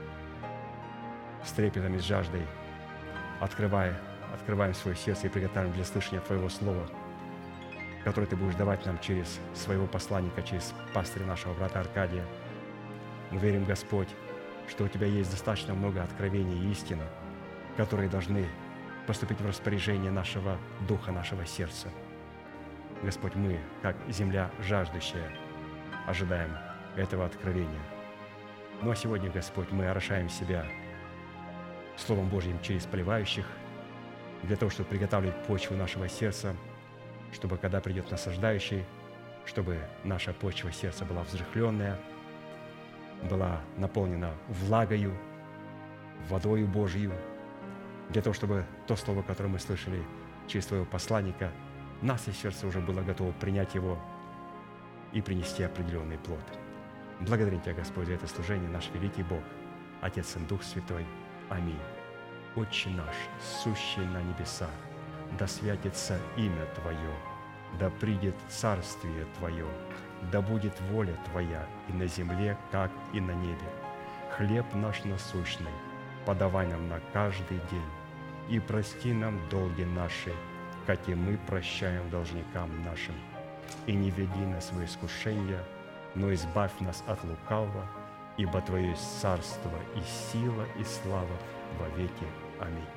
с трепетом и с жаждой, открывая, открываем свое сердце и приготовим для слышания Твоего Слова, которое Ты будешь давать нам через своего посланника, через пастыря нашего брата Аркадия. Мы верим, Господь, что у Тебя есть достаточно много откровений и истины, которые должны поступить в распоряжение нашего духа, нашего сердца. Господь, мы, как земля жаждущая, ожидаем этого откровения. Ну а сегодня, Господь, мы орошаем себя Словом Божьим через поливающих, для того, чтобы приготавливать почву нашего сердца, чтобы, когда придет насаждающий, чтобы наша почва сердца была взрыхленная, была наполнена влагою, водою Божью, для того, чтобы то слово, которое мы слышали через Твоего посланника, нас и сердце уже было готово принять его и принести определенный плод. Благодарим Тебя, Господь, за это служение, наш великий Бог, Отец и Дух Святой. Аминь. Отче наш, сущий на небесах, да святится имя Твое, да придет царствие Твое, да будет воля Твоя и на земле, как и на небе. Хлеб наш насущный подавай нам на каждый день, и прости нам долги наши, как и мы прощаем должникам нашим. И не веди нас в искушение, но избавь нас от лукавого, ибо Твое есть царство и сила и слава во веки. Аминь.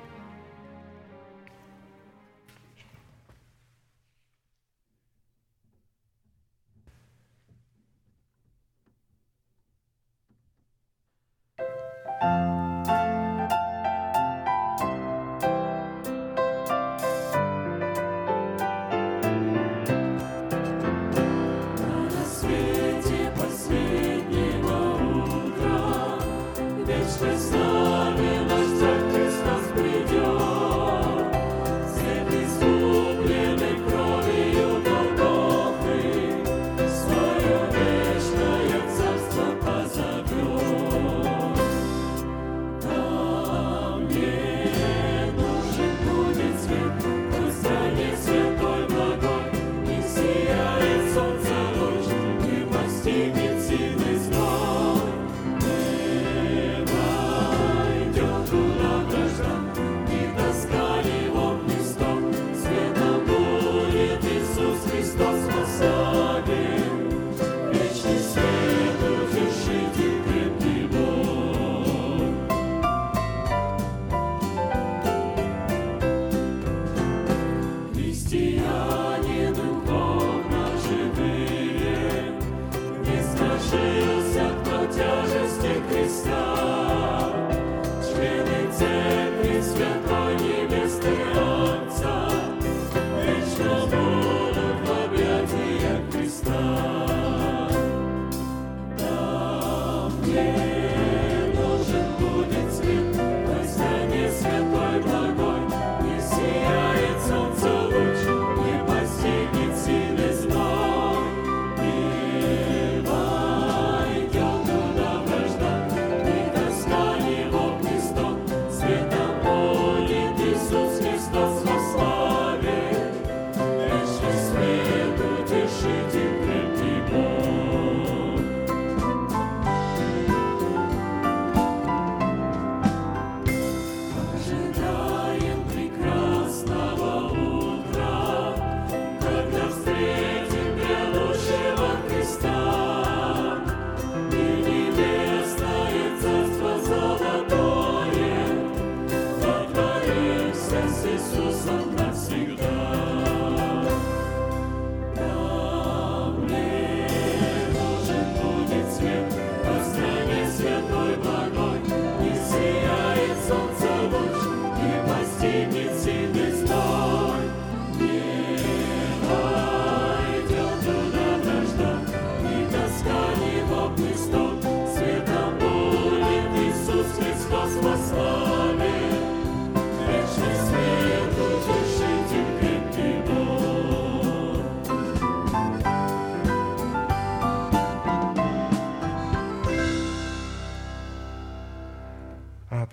На рассвете последнего утра вечность славилась, Христос придет.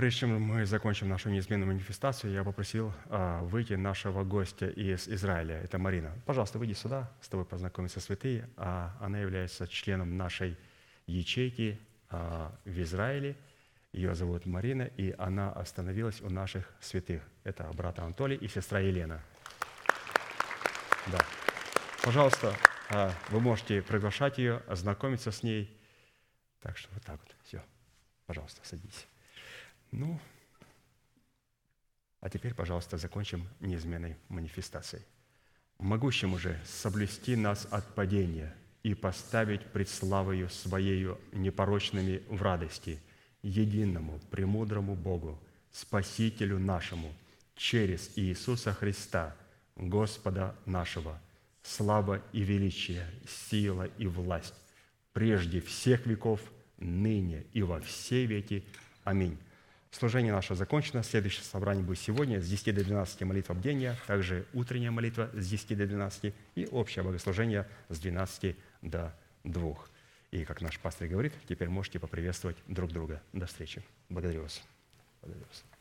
прежде чем мы закончим нашу неизменную манифестацию, я попросил а, выйти нашего гостя из Израиля. Это Марина. Пожалуйста, выйди сюда, с тобой познакомятся святые. А, она является членом нашей ячейки а, в Израиле. Ее зовут Марина, и она остановилась у наших святых. Это брат Анатолий и сестра Елена. Да. Пожалуйста, а, вы можете приглашать ее, ознакомиться с ней. Так что вот так вот. Все. Пожалуйста, садитесь. Ну, а теперь, пожалуйста, закончим неизменной манифестацией. Могущему же соблюсти нас от падения и поставить пред славою Своею непорочными в радости, единому, премудрому Богу, Спасителю нашему, через Иисуса Христа, Господа нашего, слава и величие, сила и власть, прежде всех веков, ныне и во все веки. Аминь. Служение наше закончено. Следующее собрание будет сегодня с десяти до двенадцати молитва бдения, также утренняя молитва с десяти до двенадцати и общее богослужение с двенадцати до двух. И, как наш пастор говорит, теперь можете поприветствовать друг друга. До встречи. Благодарю вас. Благодарю вас.